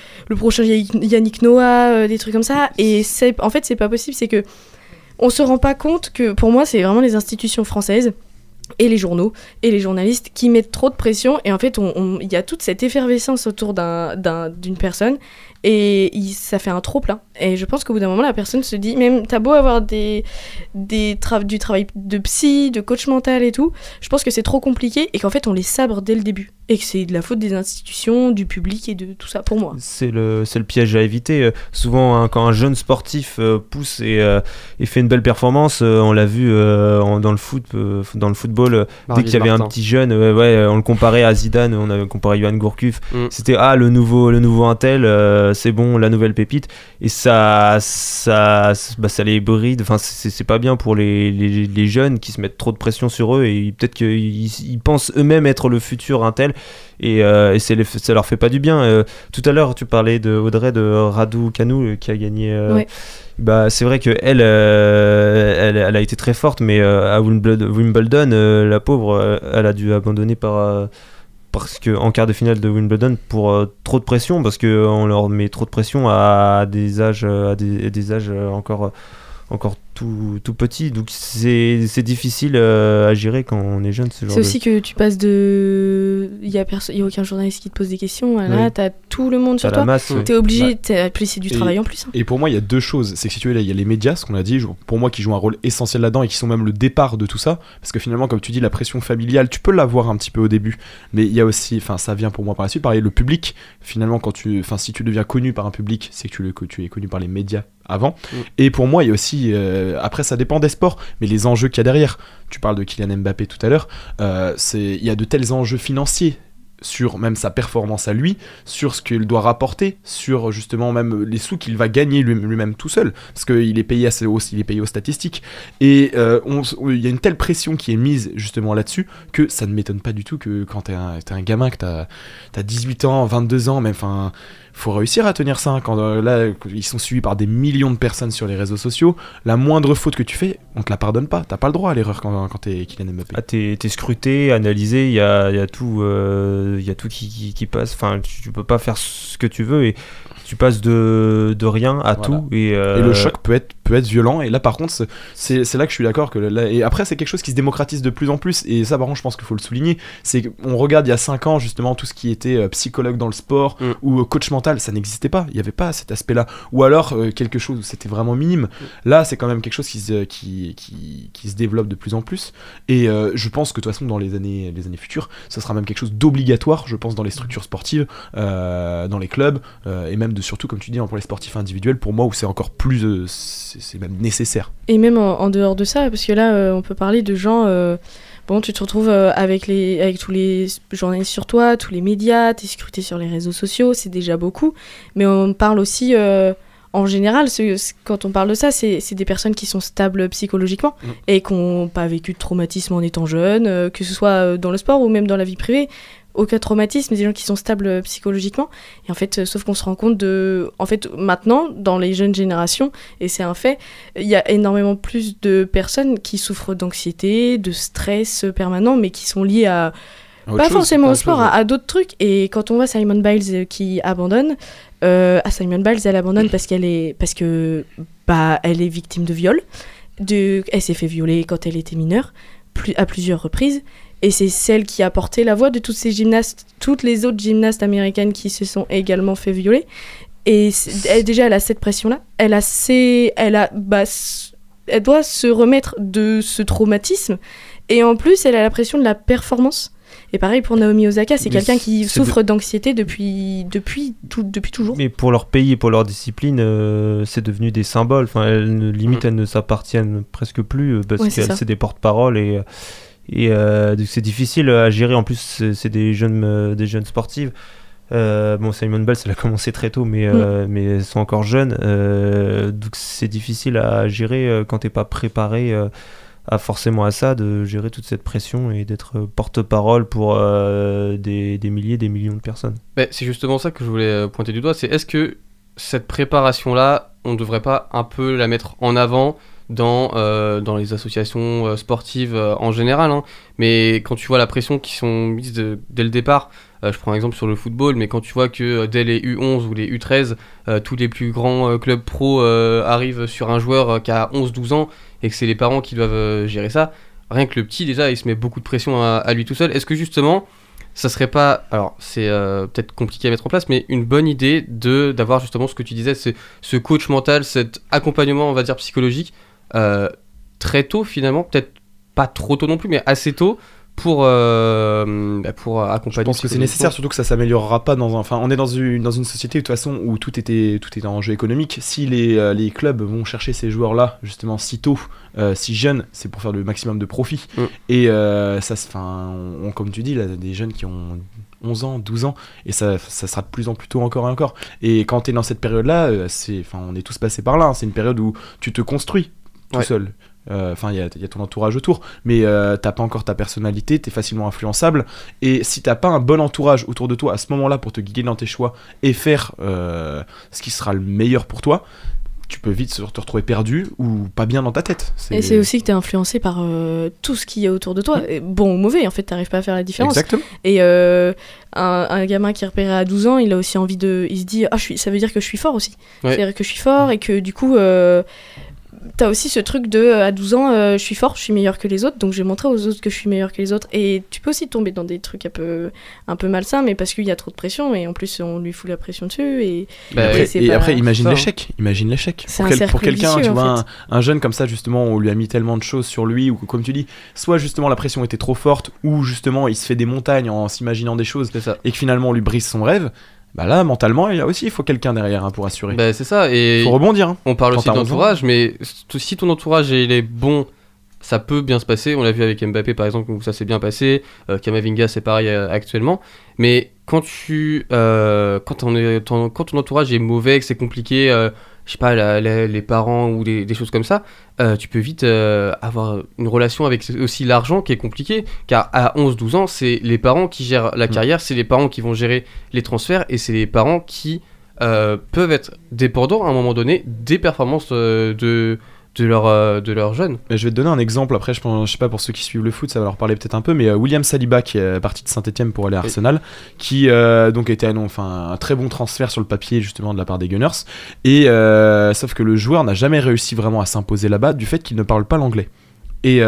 Yannick Noah, des trucs comme ça. Et en fait, c'est pas possible, c'est que on se rend pas compte que, pour moi, c'est vraiment les institutions françaises et les journaux et les journalistes qui mettent trop de pression, et en fait il y a toute cette effervescence autour d'une personne, et ça fait un trop plein, et je pense qu'au bout d'un moment la personne se dit, même t'as beau avoir du travail de psy, de coach mental et tout, je pense que c'est trop compliqué et qu'en fait on les sabre dès le début, et que c'est de la faute des institutions, du public et de tout ça, pour moi. C'est le piège à éviter. Souvent, quand un jeune sportif pousse et fait une belle performance, on l'a vu dans le football, dès qu'il y avait un petit jeune, on le comparait à Zidane, on avait comparé Johan Gourcuff, c'était le nouveau Intel, c'est bon, la nouvelle pépite, et ça les bride. Enfin, c'est pas bien pour les jeunes qui se mettent trop de pression sur eux, et peut-être qu'ils pensent eux-mêmes être le futur Intel, et ça leur fait pas du bien. Tout à l'heure tu parlais de Audrey de Raducanu qui a gagné. Bah, c'est vrai qu'elle elle a été très forte, mais à Wimbledon, la pauvre, elle a dû abandonner parce que en quart de finale de Wimbledon pour trop de pression, parce qu'on leur met trop de pression à des âges encore tout petit, donc c'est difficile à gérer quand on est jeune, ce genre. C'est aussi que tu passes il y a aucun journaliste qui te pose des questions, là t'as tout le monde sur toi, t'es obligé, c'est du travail en plus. Et pour moi il y a deux choses, c'est que si tu veux, là il y a les médias, ce qu'on a dit, pour moi, qui jouent un rôle essentiel là-dedans et qui sont même le départ de tout ça, parce que finalement, comme tu dis, la pression familiale, tu peux l'avoir un petit peu au début, mais il y a aussi, ça vient pour moi par la suite, pareil, le public, finalement, si tu deviens connu par un public, c'est que tu es connu par les médias avant. Et pour moi il y a aussi après ça dépend des sports, mais les enjeux qu'il y a derrière, tu parles de Kylian Mbappé tout à l'heure, il y a de tels enjeux financiers sur même sa performance à lui, sur ce qu'il doit rapporter, sur justement même les sous qu'il va gagner lui-même tout seul, parce qu'il est payé aux statistiques, et il y a une telle pression qui est mise justement là-dessus, que ça ne m'étonne pas du tout que quand t'es un gamin, que t'as 18 ans, 22 ans, même, faut réussir à tenir ça, quand là ils sont suivis par des millions de personnes sur les réseaux sociaux, la moindre faute que tu fais, on te la pardonne pas, t'as pas le droit à l'erreur quand t'es Kylian Mbappé. T'es scruté, analysé, il y a tout qui passe, enfin tu peux pas faire ce que tu veux, et tu passes de rien à tout, et le choc peut être violent, et là par contre c'est là que je suis d'accord que et après c'est quelque chose qui se démocratise de plus en plus, et ça par contre je pense qu'il faut le souligner, c'est qu'on regarde il y a 5 ans justement tout ce qui était psychologue dans le sport ou coach mental, ça n'existait pas, il n'y avait pas cet aspect là, ou alors quelque chose où c'était vraiment minime. Là c'est quand même quelque chose qui se développe de plus en plus, et je pense que de toute façon dans les années futures ça sera même quelque chose d'obligatoire, je pense, dans les structures sportives, dans les clubs, et même surtout comme tu dis pour les sportifs individuels, pour moi, où c'est encore plus c'est même nécessaire. Et même en dehors de ça, parce que là on peut parler de gens bon, tu te retrouves avec tous les journalistes sur toi, tous les médias, t'es scruté sur les réseaux sociaux, c'est déjà beaucoup. Mais on parle aussi, en général, quand on parle de ça, c'est des personnes qui sont stables psychologiquement et qui n'ont pas vécu de traumatisme en étant jeunes, que ce soit dans le sport ou même dans la vie privée. Aucun traumatisme, des gens qui sont stables psychologiquement. Et en fait, sauf qu'on se rend compte en fait, maintenant, dans les jeunes générations, et c'est un fait, il y a énormément plus de personnes qui souffrent d'anxiété, de stress permanent, mais qui sont liées à pas forcément au sport, à d'autres trucs. Et quand on voit Simone Biles qui abandonne, Simone Biles, elle abandonne parce qu'elle est victime de viol. Elle s'est fait violer quand elle était mineure, à plusieurs reprises. Et c'est celle qui a porté la voix de toutes ces gymnastes, toutes les autres gymnastes américaines qui se sont également fait violer. Et elle a cette pression-là. Elle doit se remettre de ce traumatisme. Et en plus, elle a la pression de la performance. Et pareil pour Naomi Osaka, c'est quelqu'un qui souffre d'anxiété depuis toujours. Mais pour leur pays et pour leur discipline, c'est devenu des symboles. Enfin, elles ne s'appartiennent presque plus parce que c'est des porte-paroles et donc c'est difficile à gérer. En plus, c'est des jeunes sportives. Simone Biles, elle a commencé très tôt, mais elles sont encore jeunes. Donc c'est difficile à gérer quand t'es pas préparé forcément à ça, de gérer toute cette pression et d'être porte-parole pour des milliers, des millions de personnes. C'est justement ça que je voulais pointer du doigt. C'est est-ce que cette préparation-là, on ne devrait pas un peu la mettre en avant dans les associations sportives en général, hein. Mais quand tu vois la pression qui sont mises dès le départ, je prends un exemple sur le football, mais quand tu vois que dès les U11 ou les U13, tous les plus grands clubs pro arrivent sur un joueur qui a 11-12 ans et que c'est les parents qui doivent gérer ça, rien que le petit déjà il se met beaucoup de pression à lui tout seul. Est-ce que justement ça serait pas, alors c'est peut-être compliqué à mettre en place, mais une bonne idée d'avoir justement ce que tu disais, ce coach mental, cet accompagnement on va dire psychologique très tôt finalement, peut-être pas trop tôt non plus, mais assez tôt pour accompagner. Je pense que c'est nécessaire, surtout que ça s'améliorera pas on est dans une société de toute façon où tout était en enjeu économique. Si les clubs vont chercher ces joueurs-là justement si tôt, si jeunes, c'est pour faire le maximum de profit. Et comme tu dis, là, des jeunes qui ont 11 ans, 12 ans, et ça sera de plus en plus tôt encore et encore. Et quand t'es dans cette période-là, on est tous passés par là, hein, c'est une période où tu te construis tout seul. Il y a ton entourage autour, mais t'as pas encore ta personnalité, t'es facilement influençable, et si t'as pas un bon entourage autour de toi à ce moment-là pour te guider dans tes choix et faire ce qui sera le meilleur pour toi, tu peux vite te retrouver perdu ou pas bien dans ta tête. Et c'est aussi que t'es influencé par tout ce qu'il y a autour de toi, bon ou mauvais, en fait t'arrives pas à faire la différence. Exactement. Et un gamin qui est repéré à 12 ans, il a aussi envie il se dit ça veut dire que je suis fort aussi, c'est-à-dire que je suis fort et que du coup t'as aussi ce truc à 12 ans, je suis fort, je suis meilleur que les autres, donc je vais montrer aux autres que je suis meilleur que les autres. Et tu peux aussi tomber dans des trucs un peu malsains, mais parce qu'il y a trop de pression, et en plus on lui fout la pression dessus. Et après, imagine l'échec. Pour quelqu'un, vicieux, tu vois, un jeune comme ça, justement, on lui a mis tellement de choses sur lui, ou comme tu dis, soit justement la pression était trop forte, ou justement il se fait des montagnes en s'imaginant des choses, et que finalement on lui brise son rêve. Là, mentalement, il faut quelqu'un derrière pour assurer. C'est ça, et faut rebondir. On parle aussi d'entourage, mais si ton entourage il est bon, ça peut bien se passer. On l'a vu avec Mbappé par exemple, où ça s'est bien passé. Kamavinga, c'est pareil actuellement. Mais quand ton entourage est mauvais, que c'est compliqué, je sais pas, les parents ou des choses comme ça, tu peux vite avoir une relation avec aussi l'argent qui est compliqué, car à 11-12 ans, c'est les parents qui gèrent la carrière, c'est les parents qui vont gérer les transferts, et c'est les parents qui peuvent être dépendants à un moment donné des performances de leurs jeunes. Je vais te donner un exemple, après je sais pas, pour ceux qui suivent le foot ça va leur parler peut-être un peu, mais William Saliba qui est parti de Saint-Etienne pour aller à Arsenal, qui donc était un très bon transfert sur le papier justement de la part des Gunners, et sauf que le joueur n'a jamais réussi vraiment à s'imposer là-bas du fait qu'il ne parle pas l'anglais, et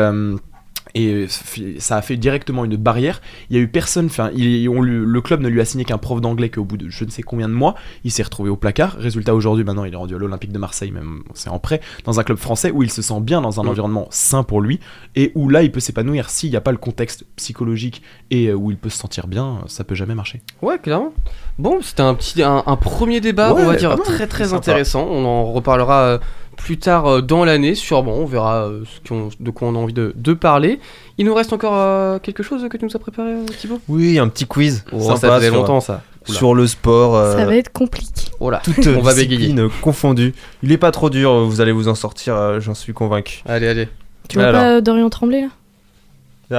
ça a fait directement une barrière. Il y a eu personne, le club ne lui a signé qu'un prof d'anglais qu'au bout de je ne sais combien de mois, il s'est retrouvé au placard. Résultat, aujourd'hui, maintenant, il est rendu à l'Olympique de Marseille, même c'est en prêt, dans un club français où il se sent bien, dans un environnement sain pour lui, et où là, il peut s'épanouir. S'il n'y a pas le contexte psychologique et où il peut se sentir bien, ça peut jamais marcher. Ouais, clairement. Bon, c'était un premier débat, on va dire, très très intéressant. On en reparlera plus tard dans l'année, sûrement. On verra de quoi on a envie de parler. Il nous reste encore quelque chose que tu nous as préparé, Thibaut ? Oui, un petit quiz. Ça faisait longtemps, ça. Sur le sport. Ça va être compliqué. Voilà. Toutes on va bégayer. disciplines confondues. Il est pas trop dur, vous allez vous en sortir, j'en suis convaincu. Allez. Tu vois pas Dorian Tremblay là ?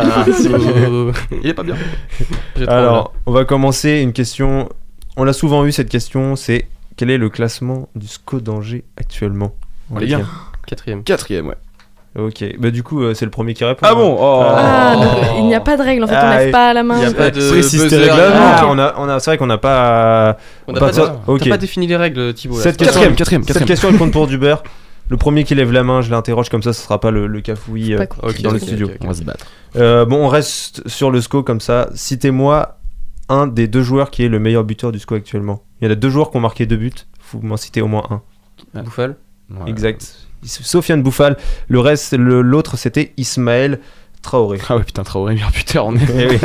Il est pas bien. Alors, on va commencer une question. On l'a souvent eu cette question, c'est quel est le classement du SCO d'Angers actuellement ? On est bien. 4ème, ouais. Ok, bah du coup c'est le premier qui répond. Ah bon donc, il n'y a pas de règle en fait, on lève pas la main. Il n'y a pas de buzzer. C'est vrai qu'on n'a pas. On n'a pas défini les règles, Thibaut. Cette question elle compte pour du beurre. Le premier qui lève la main, je l'interroge comme ça, ce sera pas le cafouillis dans le studio. On va se battre. Bon, on reste sur le SCO comme ça. Citez-moi un des 2 joueurs qui est le meilleur buteur du SCO actuellement. Il y en a 2 joueurs qui ont marqué 2 buts. Faut m'en citer au moins un. Bouffal. Exact. Sofiane Bouffal. Le reste, l'autre c'était Ismaël Traoré. Ah ouais, putain, Traoré, meilleur buteur, on est.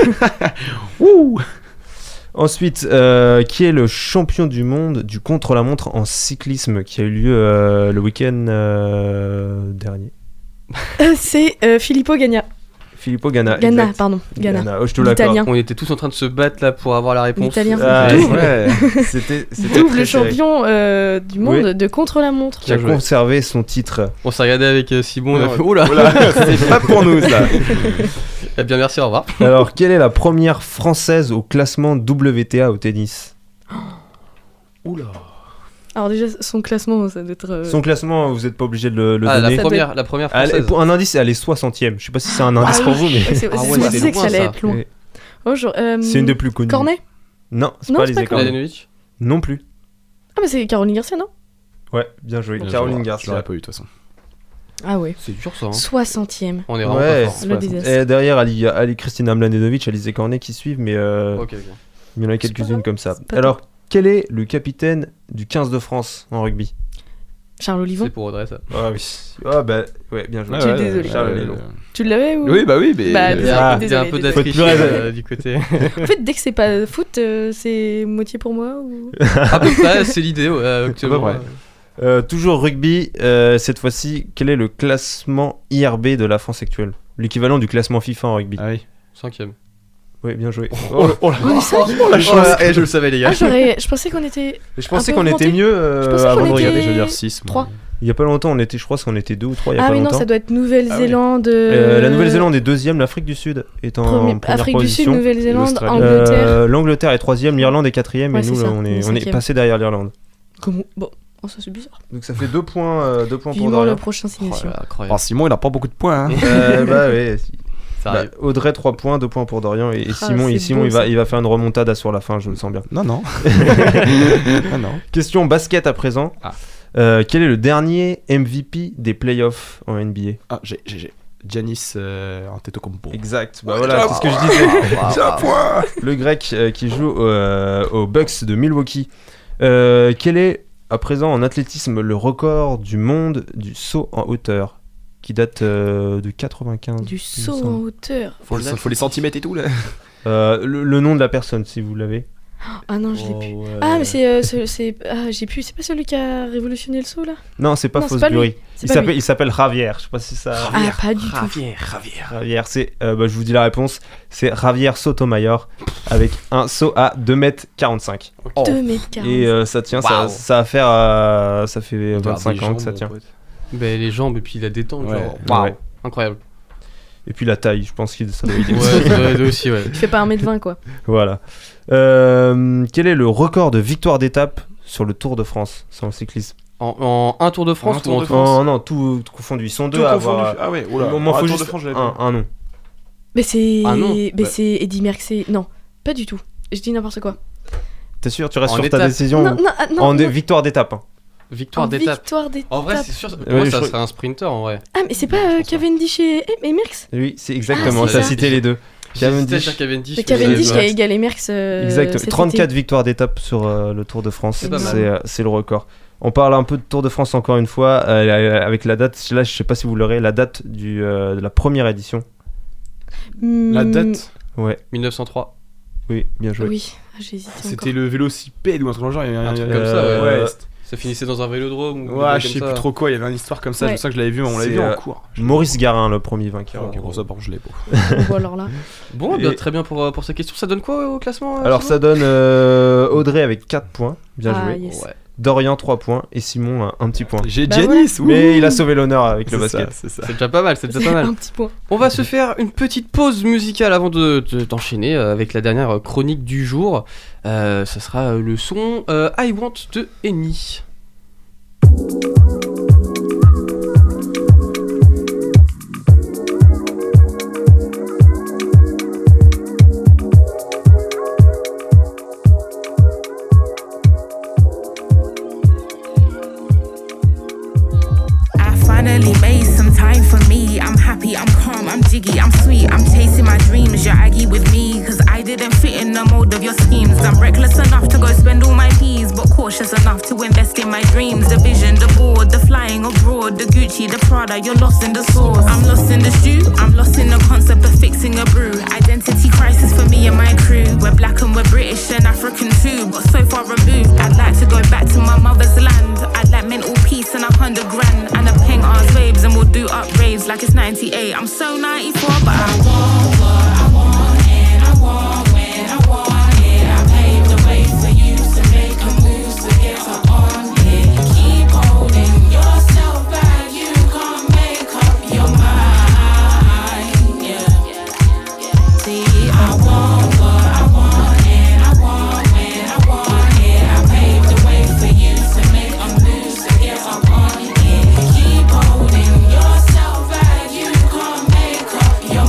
Ouh. Ensuite, qui est le champion du monde du contre-la-montre en cyclisme qui a eu lieu le week-end dernier? C'est Filippo Ganna. Filippo Ganna. Ganna. Oh, je te l'accorde. On était tous en train de se battre là pour avoir la réponse. L'italien. Ouais. C'était double champion du monde de contre-la-montre. Qui a conservé son titre. On s'est regardé avec Simon, on a fait oula, c'est pas pour nous ça. Eh bien merci, au revoir. Alors, quelle est la première française au classement WTA au tennis? Oula. Alors déjà, son classement, ça doit être... Son classement, vous n'êtes pas obligé de le donner. La première française. Un indice, elle est 60ème. Je sais pas si c'est un indice pour vous, mais... C'est que ça allait être loin. C'est une des plus connues. Cornet? Non, c'est pas Alizé Cornet. Non plus. Ah mais c'est Caroline Garcia, non? Ouais, bien joué. Caroline Garcia. Je l'aurais pas eu de toute façon. Ah ouais. C'est dur ça. 60ème. On est vraiment pas fort. Le désastre. Et derrière, il y a Kristina Mladenovic, Alizé Cornet qui suivent, mais il y en a quelques-unes comme ça. Alors, quel est le capitaine du 15 de France en rugby? Charles Olivon. C'est pour Audrey ça. Ah oui. Ah bah ouais, bien joué. Je suis désolé. Charles Olivon. Tu l'avais ou... Oui, bah oui, mais... il y a un peu d'attriche du côté. En fait, dès que c'est pas foot, c'est moitié pour moi ou... À peu près, c'est l'idée actuellement. Toujours rugby, cette fois-ci, quel est le classement IRB de la France actuelle? L'équivalent du classement FIFA en rugby. Ah oui. 5ème. Oui, bien joué. La chance. Je le savais les gars. Je pensais qu'on était... Je pensais qu'on était mieux avant de regarder. Je veux dire 6. 3. Il y a pas longtemps, je crois qu'on était 2 ou 3 il y a pas longtemps. Ah oui, non, ça doit être Nouvelle-Zélande. La Nouvelle-Zélande est 2ème, l'Afrique du Sud est en première Afrique position. du Sud, Nouvelle-Zélande, Angleterre. L'Angleterre est 3ème, l'Irlande est 4ème et nous, ça, on est passé derrière l'Irlande. Comment? Bon, ça c'est bizarre. Donc ça fait 2 points pour Vivement Dorian. le prochain signation. Enfin, Simon, il a pas beaucoup de points. Bah ouais. Audrey 3 points, 2 points pour Dorian et Simon, il va faire une remontada sur la fin, je le sens bien. Non. Question basket à présent. Quel est le dernier MVP des playoffs en NBA? Ah, j'ai Giannis Antetokounmpo. Exact. Bah voilà, c'est ce que je disais. Le grec qui joue aux Bucks de Milwaukee. Quel est à présent en athlétisme le record du monde du saut en hauteur? Qui date de 95. Du saut en hauteur. Faut les centimètres et tout là. Le nom de la personne si vous l'avez. Ah non, je l'ai plus. Ouais. Ah mais j'ai plus. C'est pas celui qui a révolutionné le saut là? Non, c'est pas Fosbury. Il s'appelle Javier. Je sais pas si ça. Ah pas du tout. Javier, c'est. Je vous dis la réponse. C'est Javier Sotomayor avec un saut à 2m45. 2m45. Et ça tient. Wow. Ça va faire. Ça fait 25 ans que ça tient. Ben, les jambes et puis la détente, genre. Wow. Incroyable. Et puis la taille, je pense que ça doit aider. Ouais, aussi, ouais. Il fait pas 1m20 quoi. Voilà. Quel est le record de victoire d'étape sur le Tour de France sans le cyclisme? En un Tour de France ou en France? Non, tout confondu. Ils sont deux à avoir. Ah ouais, oula. Moi, faut juste un nom. Mais c'est. C'est Eddy Merckx. Non, pas du tout. Je dis n'importe quoi. T'es sûr? Tu restes sur ta décision? Non. Victoire d'étape. Victoire d'étape. En vrai, c'est sûr. Moi, ça serait un sprinter en vrai. Ah, mais c'est pas Cavendish et Merckx? Oui, c'est exactement. T'as cité les deux. Cavendish qui a égalé Merckx. Exactement. 34 victoires d'étape sur le Tour de France. C'est le record. On parle un peu de Tour de France encore une fois avec la date. Là, je sais pas si vous l'aurez. La date de la première édition. La date? Ouais. 1903. Oui, bien joué. Oui, j'hésite. C'était le vélocipède ou un truc dans le genre. Un truc comme ça. Ouais. Ça finissait dans un vélodrome ou Ouais, je sais plus trop quoi, il y avait une histoire comme ça, je sais que je l'avais vu, on l'avait vu en cours. Maurice Garin, le premier vainqueur. Ok, bon, ça par contre je l'ai pas. Bon, alors là. Bon, très bien pour cette question. Ça donne quoi au classement Alors ça donne Audrey avec 4 points, bien joué. Yes. Ouais. Dorian 3 points et Simon un petit point. J'ai Janice, mais il a sauvé l'honneur avec le basket. C'est déjà pas mal, Un petit point. On va se faire une petite pause musicale avant d'enchaîner avec la dernière chronique du jour. Ça sera le son I Want de Eni. Finally made some time for me. I'm happy, I'm calm, I'm jiggy, I'm sweet. I'm chasing my dreams, you're aggy with me. Cause I didn't fit in the mold of your schemes. I'm reckless enough to go spend all my peas, but cautious enough to invest in my dreams. The vision, the board, the flying abroad, the Gucci, the Prada, you're lost in the sauce. I'm lost in the stew, I'm lost in the concept of fixing a brew. Identity crisis for me and my crew. We're black and we're British and African too, but so far removed. I'd like to go back to my mother's land. I'd like mental peace and 100 grand and a peng ours babes, and we'll do up raves like it's 98. I'm so 94, but I want what I want and I want when I want it. I paved the way for you to make a move to get up on it. Keep holding yourself back, you can't make up your mind. Yeah. See, I want what I want and I want when I want it. I paved the way for you to make a move to get up on it. Keep holding yourself back, you can't make up your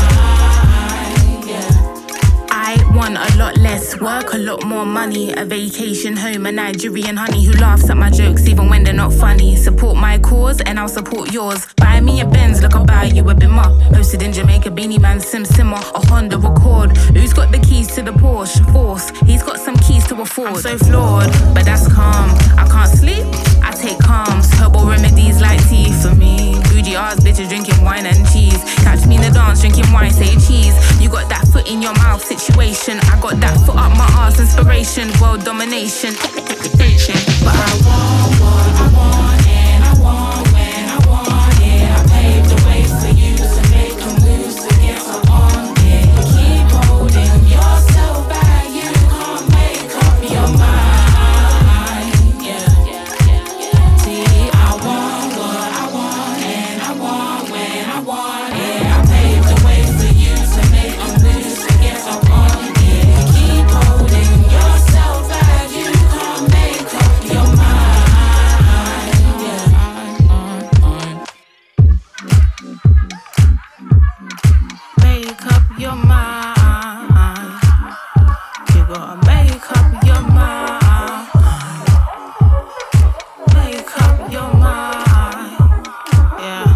mind. Yeah. I want a lot less work, a lot more money, a vacation home, a Nigerian honey who laughs at my jokes even when they're not funny. Support my cause and I'll support yours. Buy me a Benz, look, I'll buy you a Bimmer. Posted in Jamaica, Beanie Man, Simmer, a Honda Accord. Who's got the keys to the Porsche? Force, he's got some keys to afford. I'm so flawed, but that's calm. I can't sleep, I take calms. Herbal remedies like tea for me. Bougie ass bitches drinking wine and cheese. Catch me in the dance drinking wine, say cheese. You got that foot in your mouth situation. I got that foot up my ass inspiration. World domination. But I want what I want and I want when I want it. I paved the way for you to make a move to get up on it. Keep holding yourself back, you can't make up your mind. Yeah. See, I want what I want and I want when I want it. I paved the way for you to make a move to get up on it. Keep holding yourself back, you can't make up your mind. Make up your mind. You gotta make up your mind. Make up your mind. Yeah.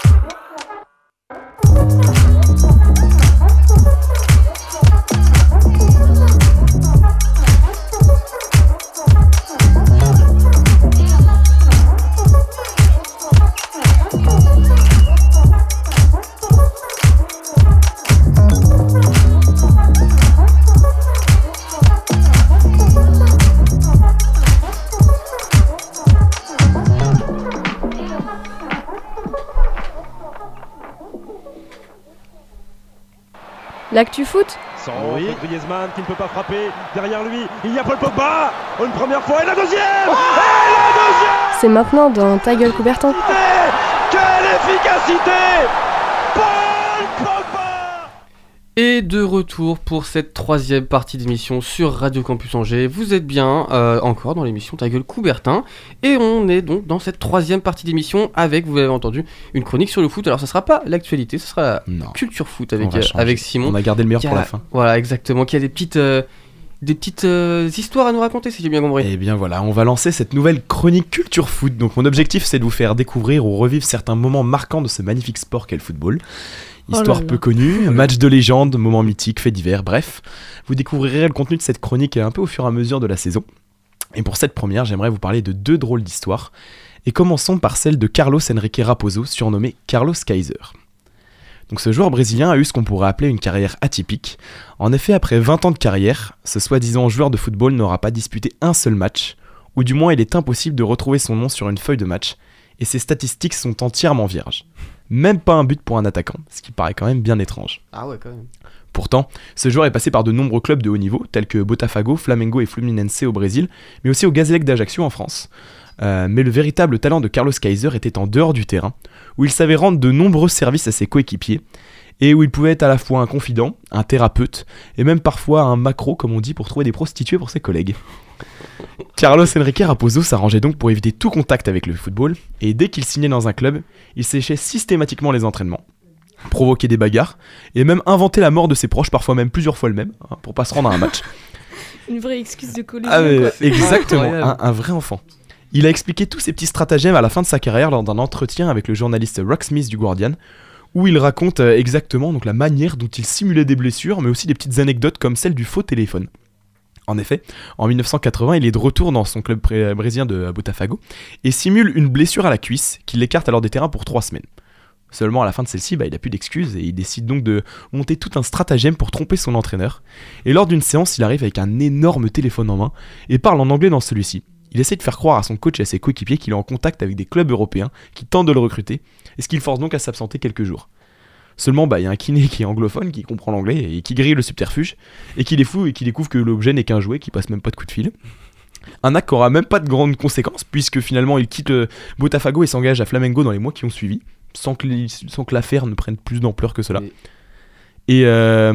L'actu foot. Oui. Griezmann qui ne peut pas frapper. Derrière lui, il y a Paul Pogba. Une première fois et la deuxième. Et la deuxième. C'est maintenant dans Ta gueule Coubertin. Quelle efficacité, Paul Pogba. Et de retour pour cette troisième partie d'émission sur Radio Campus Angers. Vous êtes bien encore dans l'émission Ta gueule Coubertin. Et on est donc dans cette troisième partie d'émission avec, vous l'avez entendu, une chronique sur le foot. Alors ça sera pas l'actualité, ce sera la culture foot avec Simon. On a gardé le meilleur pour la fin. Voilà, exactement. Qui a des petites histoires à nous raconter, si j'ai bien compris. Et bien voilà, on va lancer cette nouvelle chronique culture foot. Donc mon objectif, c'est de vous faire découvrir ou revivre certains moments marquants de ce magnifique sport qu'est le football. Histoire peu connue, match de légende, moments mythiques, faits divers, bref. Vous découvrirez le contenu de cette chronique un peu au fur et à mesure de la saison. Et pour cette première, j'aimerais vous parler de 2 drôles d'histoires. Et commençons par celle de Carlos Henrique Raposo, surnommé Carlos Kaiser. Donc ce joueur brésilien a eu ce qu'on pourrait appeler une carrière atypique. En effet, après 20 ans de carrière, ce soi-disant joueur de football n'aura pas disputé un seul match, ou du moins il est impossible de retrouver son nom sur une feuille de match, et ses statistiques sont entièrement vierges. Même pas un but pour un attaquant, ce qui paraît quand même bien étrange. Ah ouais, quand même. Pourtant, ce joueur est passé par de nombreux clubs de haut niveau, tels que Botafogo, Flamengo et Fluminense au Brésil, mais aussi au Gazélec d'Ajaccio en France. Mais le véritable talent de Carlos Kaiser était en dehors du terrain, où il savait rendre de nombreux services à ses coéquipiers, et où il pouvait être à la fois un confident, un thérapeute, et même parfois un macro, comme on dit, pour trouver des prostituées pour ses collègues. Carlos Enrique Raposo s'arrangeait donc pour éviter tout contact avec le football, et dès qu'il signait dans un club, il séchait systématiquement les entraînements, provoquait des bagarres, et même inventait la mort de ses proches, parfois même plusieurs fois le même, pour pas se rendre à un match. Une vraie excuse de collégien. Ah mais, quoi. exactement, un vrai enfant. Il a expliqué tous ses petits stratagèmes à la fin de sa carrière lors d'un entretien avec le journaliste Rock Smith du Guardian, où il raconte exactement donc, la manière dont il simulait des blessures, mais aussi des petites anecdotes comme celle du faux téléphone. En effet, en 1980, il est de retour dans son club brésilien de Botafogo et simule une blessure à la cuisse qui l'écarte alors des terrains pour 3 semaines. Seulement à la fin de celle-ci, il n'a plus d'excuses et il décide donc de monter tout un stratagème pour tromper son entraîneur. Et lors d'une séance, il arrive avec un énorme téléphone en main et parle en anglais dans celui-ci. Il essaie de faire croire à son coach et à ses coéquipiers qu'il est en contact avec des clubs européens qui tentent de le recruter, et ce qui le force donc à s'absenter quelques jours. Seulement, il y a un kiné qui est anglophone, qui comprend l'anglais et qui grille le subterfuge, et qui est fou et qui découvre que l'objet n'est qu'un jouet qui passe même pas de coup de fil. Un acte qui aura même pas de grandes conséquences, puisque finalement il quitte Botafogo et s'engage à Flamengo dans les mois qui ont suivi, sans que l'affaire ne prenne plus d'ampleur que cela. Et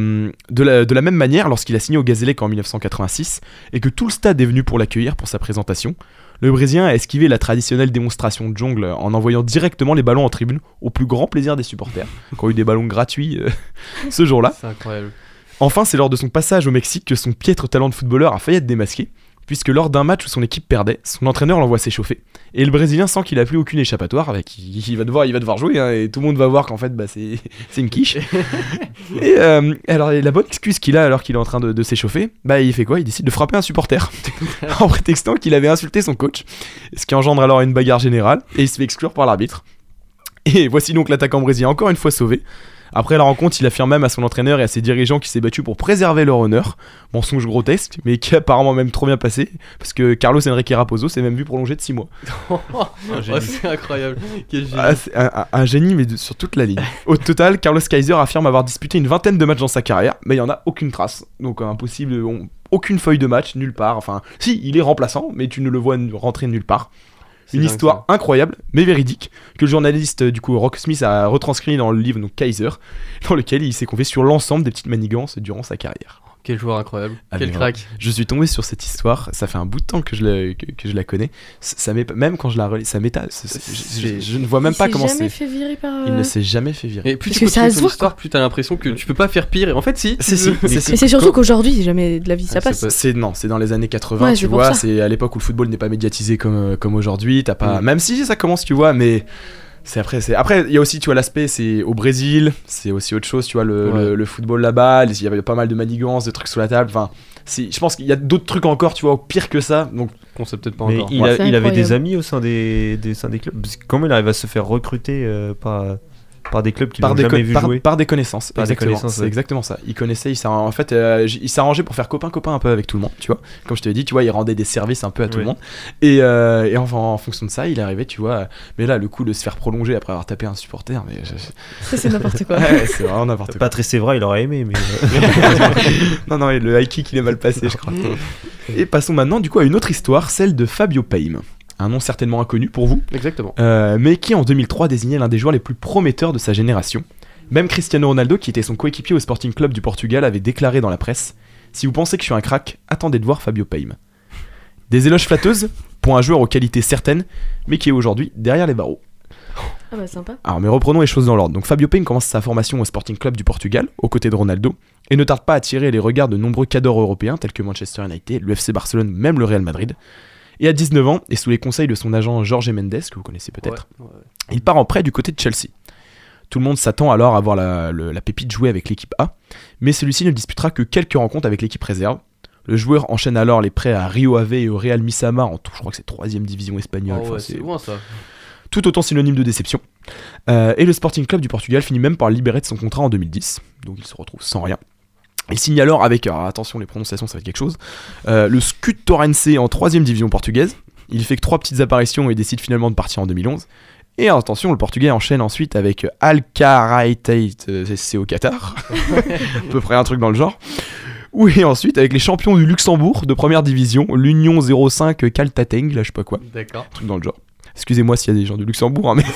de la même manière, lorsqu'il a signé au Gazélec en 1986 et que tout le stade est venu pour l'accueillir pour sa présentation, le Brésilien a esquivé la traditionnelle démonstration de jongle en envoyant directement les ballons en tribune, au plus grand plaisir des supporters, qui ont eu des ballons gratuits ce jour-là. C'est incroyable. Enfin, c'est lors de son passage au Mexique que son piètre talent de footballeur a failli être démasqué, puisque lors d'un match où son équipe perdait, son entraîneur l'envoie s'échauffer. Et le Brésilien sent qu'il a plus aucune échappatoire, il va devoir jouer, hein, et tout le monde va voir qu'en fait c'est une quiche. Et alors la bonne excuse qu'il a alors qu'il est en train de s'échauffer, il fait quoi ? Il décide de frapper un supporter, en prétextant qu'il avait insulté son coach, ce qui engendre alors une bagarre générale, et il se fait exclure par l'arbitre. Et voici donc l'attaquant brésilien encore une fois sauvé. Après la rencontre, il affirme même à son entraîneur et à ses dirigeants qu'il s'est battu pour préserver leur honneur, mensonge grotesque, mais qui a apparemment même trop bien passé, parce que Carlos Enrique Raposo s'est même vu prolonger de 6 mois. C'est incroyable. Quel génie. C'est un génie, mais sur toute la ligne. Au total, Carlos Kaiser affirme avoir disputé une vingtaine de matchs dans sa carrière, mais il n'y en a aucune trace, donc impossible, aucune feuille de match, nulle part, enfin, si, il est remplaçant, mais tu ne le vois rentrer nulle part. Une histoire incroyable, mais véridique, que le journaliste du coup Rock Smith a retranscrit dans le livre donc, Kaiser, dans lequel il s'est confié sur l'ensemble des petites manigances durant sa carrière. Quel joueur incroyable, quel crack. Je suis tombé sur cette histoire, ça fait un bout de temps que je la connais, même quand je la relis, ça m'étonne, je ne vois même pas comment c'est. Il ne s'est jamais fait virer. Et plus tu continues ton histoire, plus t'as l'impression que tu peux pas faire pire, et en fait si. Et c'est surtout qu'aujourd'hui, jamais de la vie ça passe. C'est dans les années 80, tu vois, c'est à l'époque où le football n'est pas médiatisé comme aujourd'hui, t'as pas, même si ça commence, tu vois, mais... Après il y a aussi tu vois l'aspect c'est au Brésil, c'est aussi autre chose, tu vois le football là-bas, il y avait pas mal de manigances, de trucs sur la table, enfin je pense qu'il y a d'autres trucs encore tu vois pire que ça, donc on sait peut-être pas mais encore. Il avait des amis au sein des clubs, comment il arrive à se faire recruter par des clubs qui l'ont jamais vu jouer, par des connaissances, c'est exactement ça. Il connaissait, il s'arrangeait pour faire copain un peu avec tout le monde, tu vois, comme je te l'ai dit, tu vois, il rendait des services un peu à tout le monde, et en fonction de ça il arrivait, tu vois, mais là le coup de se faire prolonger après avoir tapé un supporter, mais c'est n'importe quoi. C'est vraiment n'importe quoi. Patrice Evra il aurait aimé, mais non le high kick il est mal passé je crois. Et passons maintenant du coup à une autre histoire, celle de Fabio Paim. Un nom certainement inconnu pour vous. Exactement. Mais qui en 2003 désignait l'un des joueurs les plus prometteurs de sa génération. Même Cristiano Ronaldo, qui était son coéquipier au Sporting Club du Portugal, avait déclaré dans la presse « Si vous pensez que je suis un crack, attendez de voir Fabio Paim ». Des éloges flatteuses pour un joueur aux qualités certaines, mais qui est aujourd'hui derrière les barreaux. Ah bah sympa. Alors mais reprenons les choses dans l'ordre. Donc Fabio Paim commence sa formation au Sporting Club du Portugal, aux côtés de Ronaldo, et ne tarde pas à attirer les regards de nombreux cadors européens, tels que Manchester United, l'UFC Barcelone, même le Real Madrid. Et à 19 ans, et sous les conseils de son agent Jorge Mendes, que vous connaissez peut-être, il part en prêt du côté de Chelsea. Tout le monde s'attend alors à voir la pépite jouer avec l'équipe A, mais celui-ci ne disputera que quelques rencontres avec l'équipe réserve. Le joueur enchaîne alors les prêts à Rio Ave et au Real Misama, je crois que c'est 3ème division espagnole. C'est loin ça. Tout autant synonyme de déception. Et le Sporting Club du Portugal finit même par le libérer de son contrat en 2010, donc il se retrouve sans rien. Il signe alors avec, attention les prononciations ça va être quelque chose, le Scud Torrense en 3ème division portugaise, Il fait que 3 petites apparitions et décide finalement de partir en 2011. Et attention, le Portugais enchaîne ensuite avec Al-Karaïtait, c'est au Qatar, à peu près un truc dans le genre. Oui, et ensuite avec les champions du Luxembourg de première division, l'Union 05 Kaltateng, là je sais pas quoi. D'accord. Un truc dans le genre. Excusez-moi s'il y a des gens du Luxembourg, hein, mais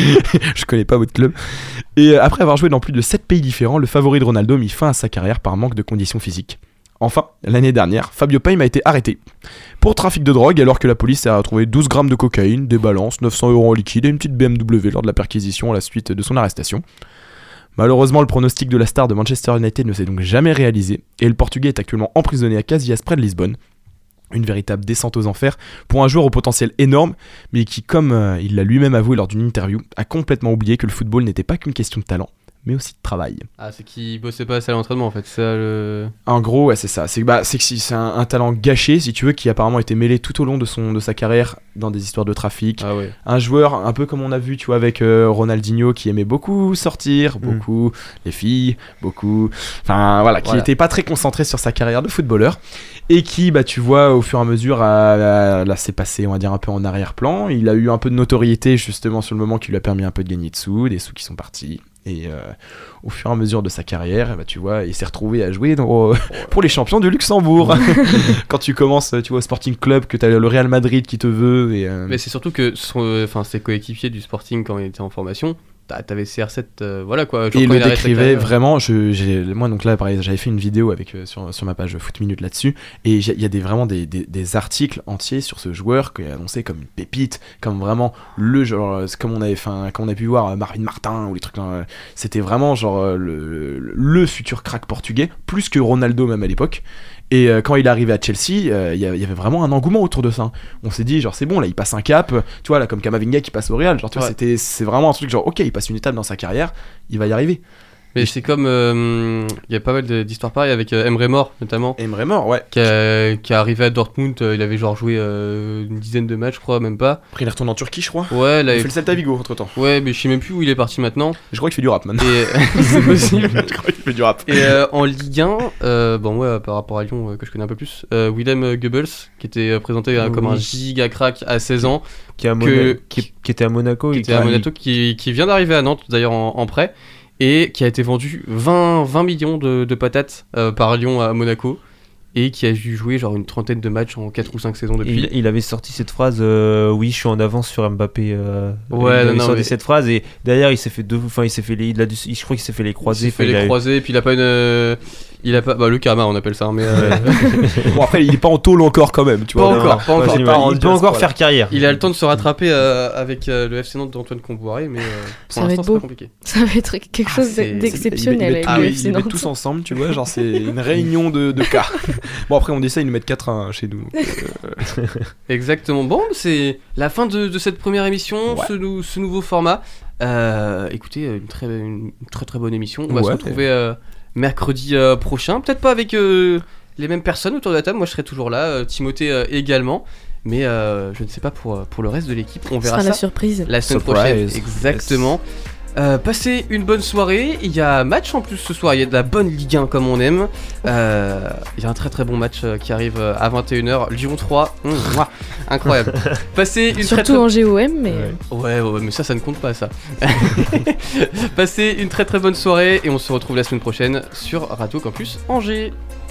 je connais pas votre club. Et après avoir joué dans plus de 7 pays différents, le favori de Ronaldo mit fin à sa carrière par manque de conditions physiques. Enfin, l'année dernière, Fabio Paim a été arrêté pour trafic de drogue alors que la police a retrouvé 12 grammes de cocaïne, des balances, 900 € en liquide et une petite BMW lors de la perquisition à la suite de son arrestation. Malheureusement, le pronostic de la star de Manchester United ne s'est donc jamais réalisé et le Portugais est actuellement emprisonné à Casillas près de Lisbonne. Une véritable descente aux enfers pour un joueur au potentiel énorme, mais qui, comme il l'a lui-même avoué lors d'une interview, a complètement oublié que le football n'était pas qu'une question de talent, mais aussi de travail. Ah, c'est qu'il bossait pas assez à l'entraînement en fait, c'est ça le... En gros, ouais, c'est ça. C'est que c'est un talent gâché, si tu veux, qui apparemment été mêlé tout au long de sa carrière dans des histoires de trafic. Ah ouais. Un joueur, un peu comme on a vu, tu vois, avec Ronaldinho, qui aimait beaucoup sortir, beaucoup les filles, beaucoup... Enfin, voilà, qui était pas très concentré sur sa carrière de footballeur. Et qui, bah, tu vois, au fur et à mesure, là, s'est passé, on va dire, un peu en arrière-plan. Il a eu un peu de notoriété, justement, sur le moment qui lui a permis un peu de gagner des sous qui sont partis. Et au fur et à mesure de sa carrière, bah, tu vois, il s'est retrouvé à jouer pour les champions du Luxembourg. Quand tu commences, tu vois, au Sporting Club, que tu as le Real Madrid qui te veut. Mais c'est surtout que ses coéquipiers du Sporting, quand il était en formation, t'avais CR7, voilà quoi. Et il le décrivait vraiment. Moi, donc là, pareil, j'avais fait une vidéo sur ma page Foot Minute là-dessus. Et il y a vraiment des articles entiers sur ce joueur qui est annoncé comme une pépite, comme vraiment le genre, comme on a pu voir Marvin Martin ou les trucs. C'était vraiment genre le futur crack portugais, plus que Ronaldo même à l'époque. Et quand il est arrivé à Chelsea, il y avait vraiment un engouement autour de ça. On s'est dit, genre, c'est bon, là, il passe un cap. Tu vois, là, comme Camavinga qui passe au Real. Genre, tu vois, c'est vraiment un truc, genre, ok, il passe une étape dans sa carrière, il va y arriver. Mais c'est comme. Il y a pas mal d'histoires pareilles avec Emre Mor, notamment. Emre Mor, ouais. Qui est arrivé à Dortmund, il avait genre joué une dizaine de matchs, je crois, même pas. Après, il est retourné en Turquie, je crois. Ouais, là. Il fait le Celta Vigo entre temps. Ouais, mais je sais même plus où il est parti maintenant. Je crois qu'il fait du rap maintenant. C'est possible. Je crois qu'il fait du rap. Et en Ligue 1, bon, ouais, par rapport à Lyon, que je connais un peu plus, Willem Goebbels, qui était présenté comme un giga crack à 16 ans. Qui était à Monaco. Qui vient d'arriver à Nantes, d'ailleurs, en prêt. Et qui a été vendu 20 millions de patates par Lyon à Monaco. Et qui a dû jouer genre une trentaine de matchs en 4 ou 5 saisons depuis. Il avait sorti cette phrase oui, je suis en avance sur Mbappé. Ouais, il avait sorti cette phrase et derrière il s'est fait je crois qu'il s'est fait les croisés. Il s'est fait les croisés et puis il a pas le karma on appelle ça mais bon après il est pas en tôle encore quand même, tu vois. Pas encore. Il peut encore faire carrière. Il a le temps de se rattraper avec le FC Nantes d'Antoine Comboiré mais ça va être beau. Ça va être quelque chose d'exceptionnel avec le FC Nantes. Ils tous ensemble, tu vois, genre c'est une réunion de cas. Bon après on essaye de mettre 4-1 chez nous. Exactement. Bon, c'est la fin de cette première émission, ce nouveau format. Écoutez, une très bonne émission. On va se retrouver mercredi prochain. Peut-être pas avec les mêmes personnes autour de la table. Moi je serai toujours là, Timothée également. Mais je ne sais pas pour le reste de l'équipe. On verra ça. La surprise. La semaine prochaine. Exactement. Passez une bonne soirée. Il y a match en plus ce soir. Il y a de la bonne Ligue 1 comme on aime. Il y a un très bon match qui arrive à 21h. Lyon 3. Incroyable. Passez une surtout en GOM, mais. Ouais, mais ça ne compte pas ça. Passez une très bonne soirée et on se retrouve la semaine prochaine sur Radio Campus Angers.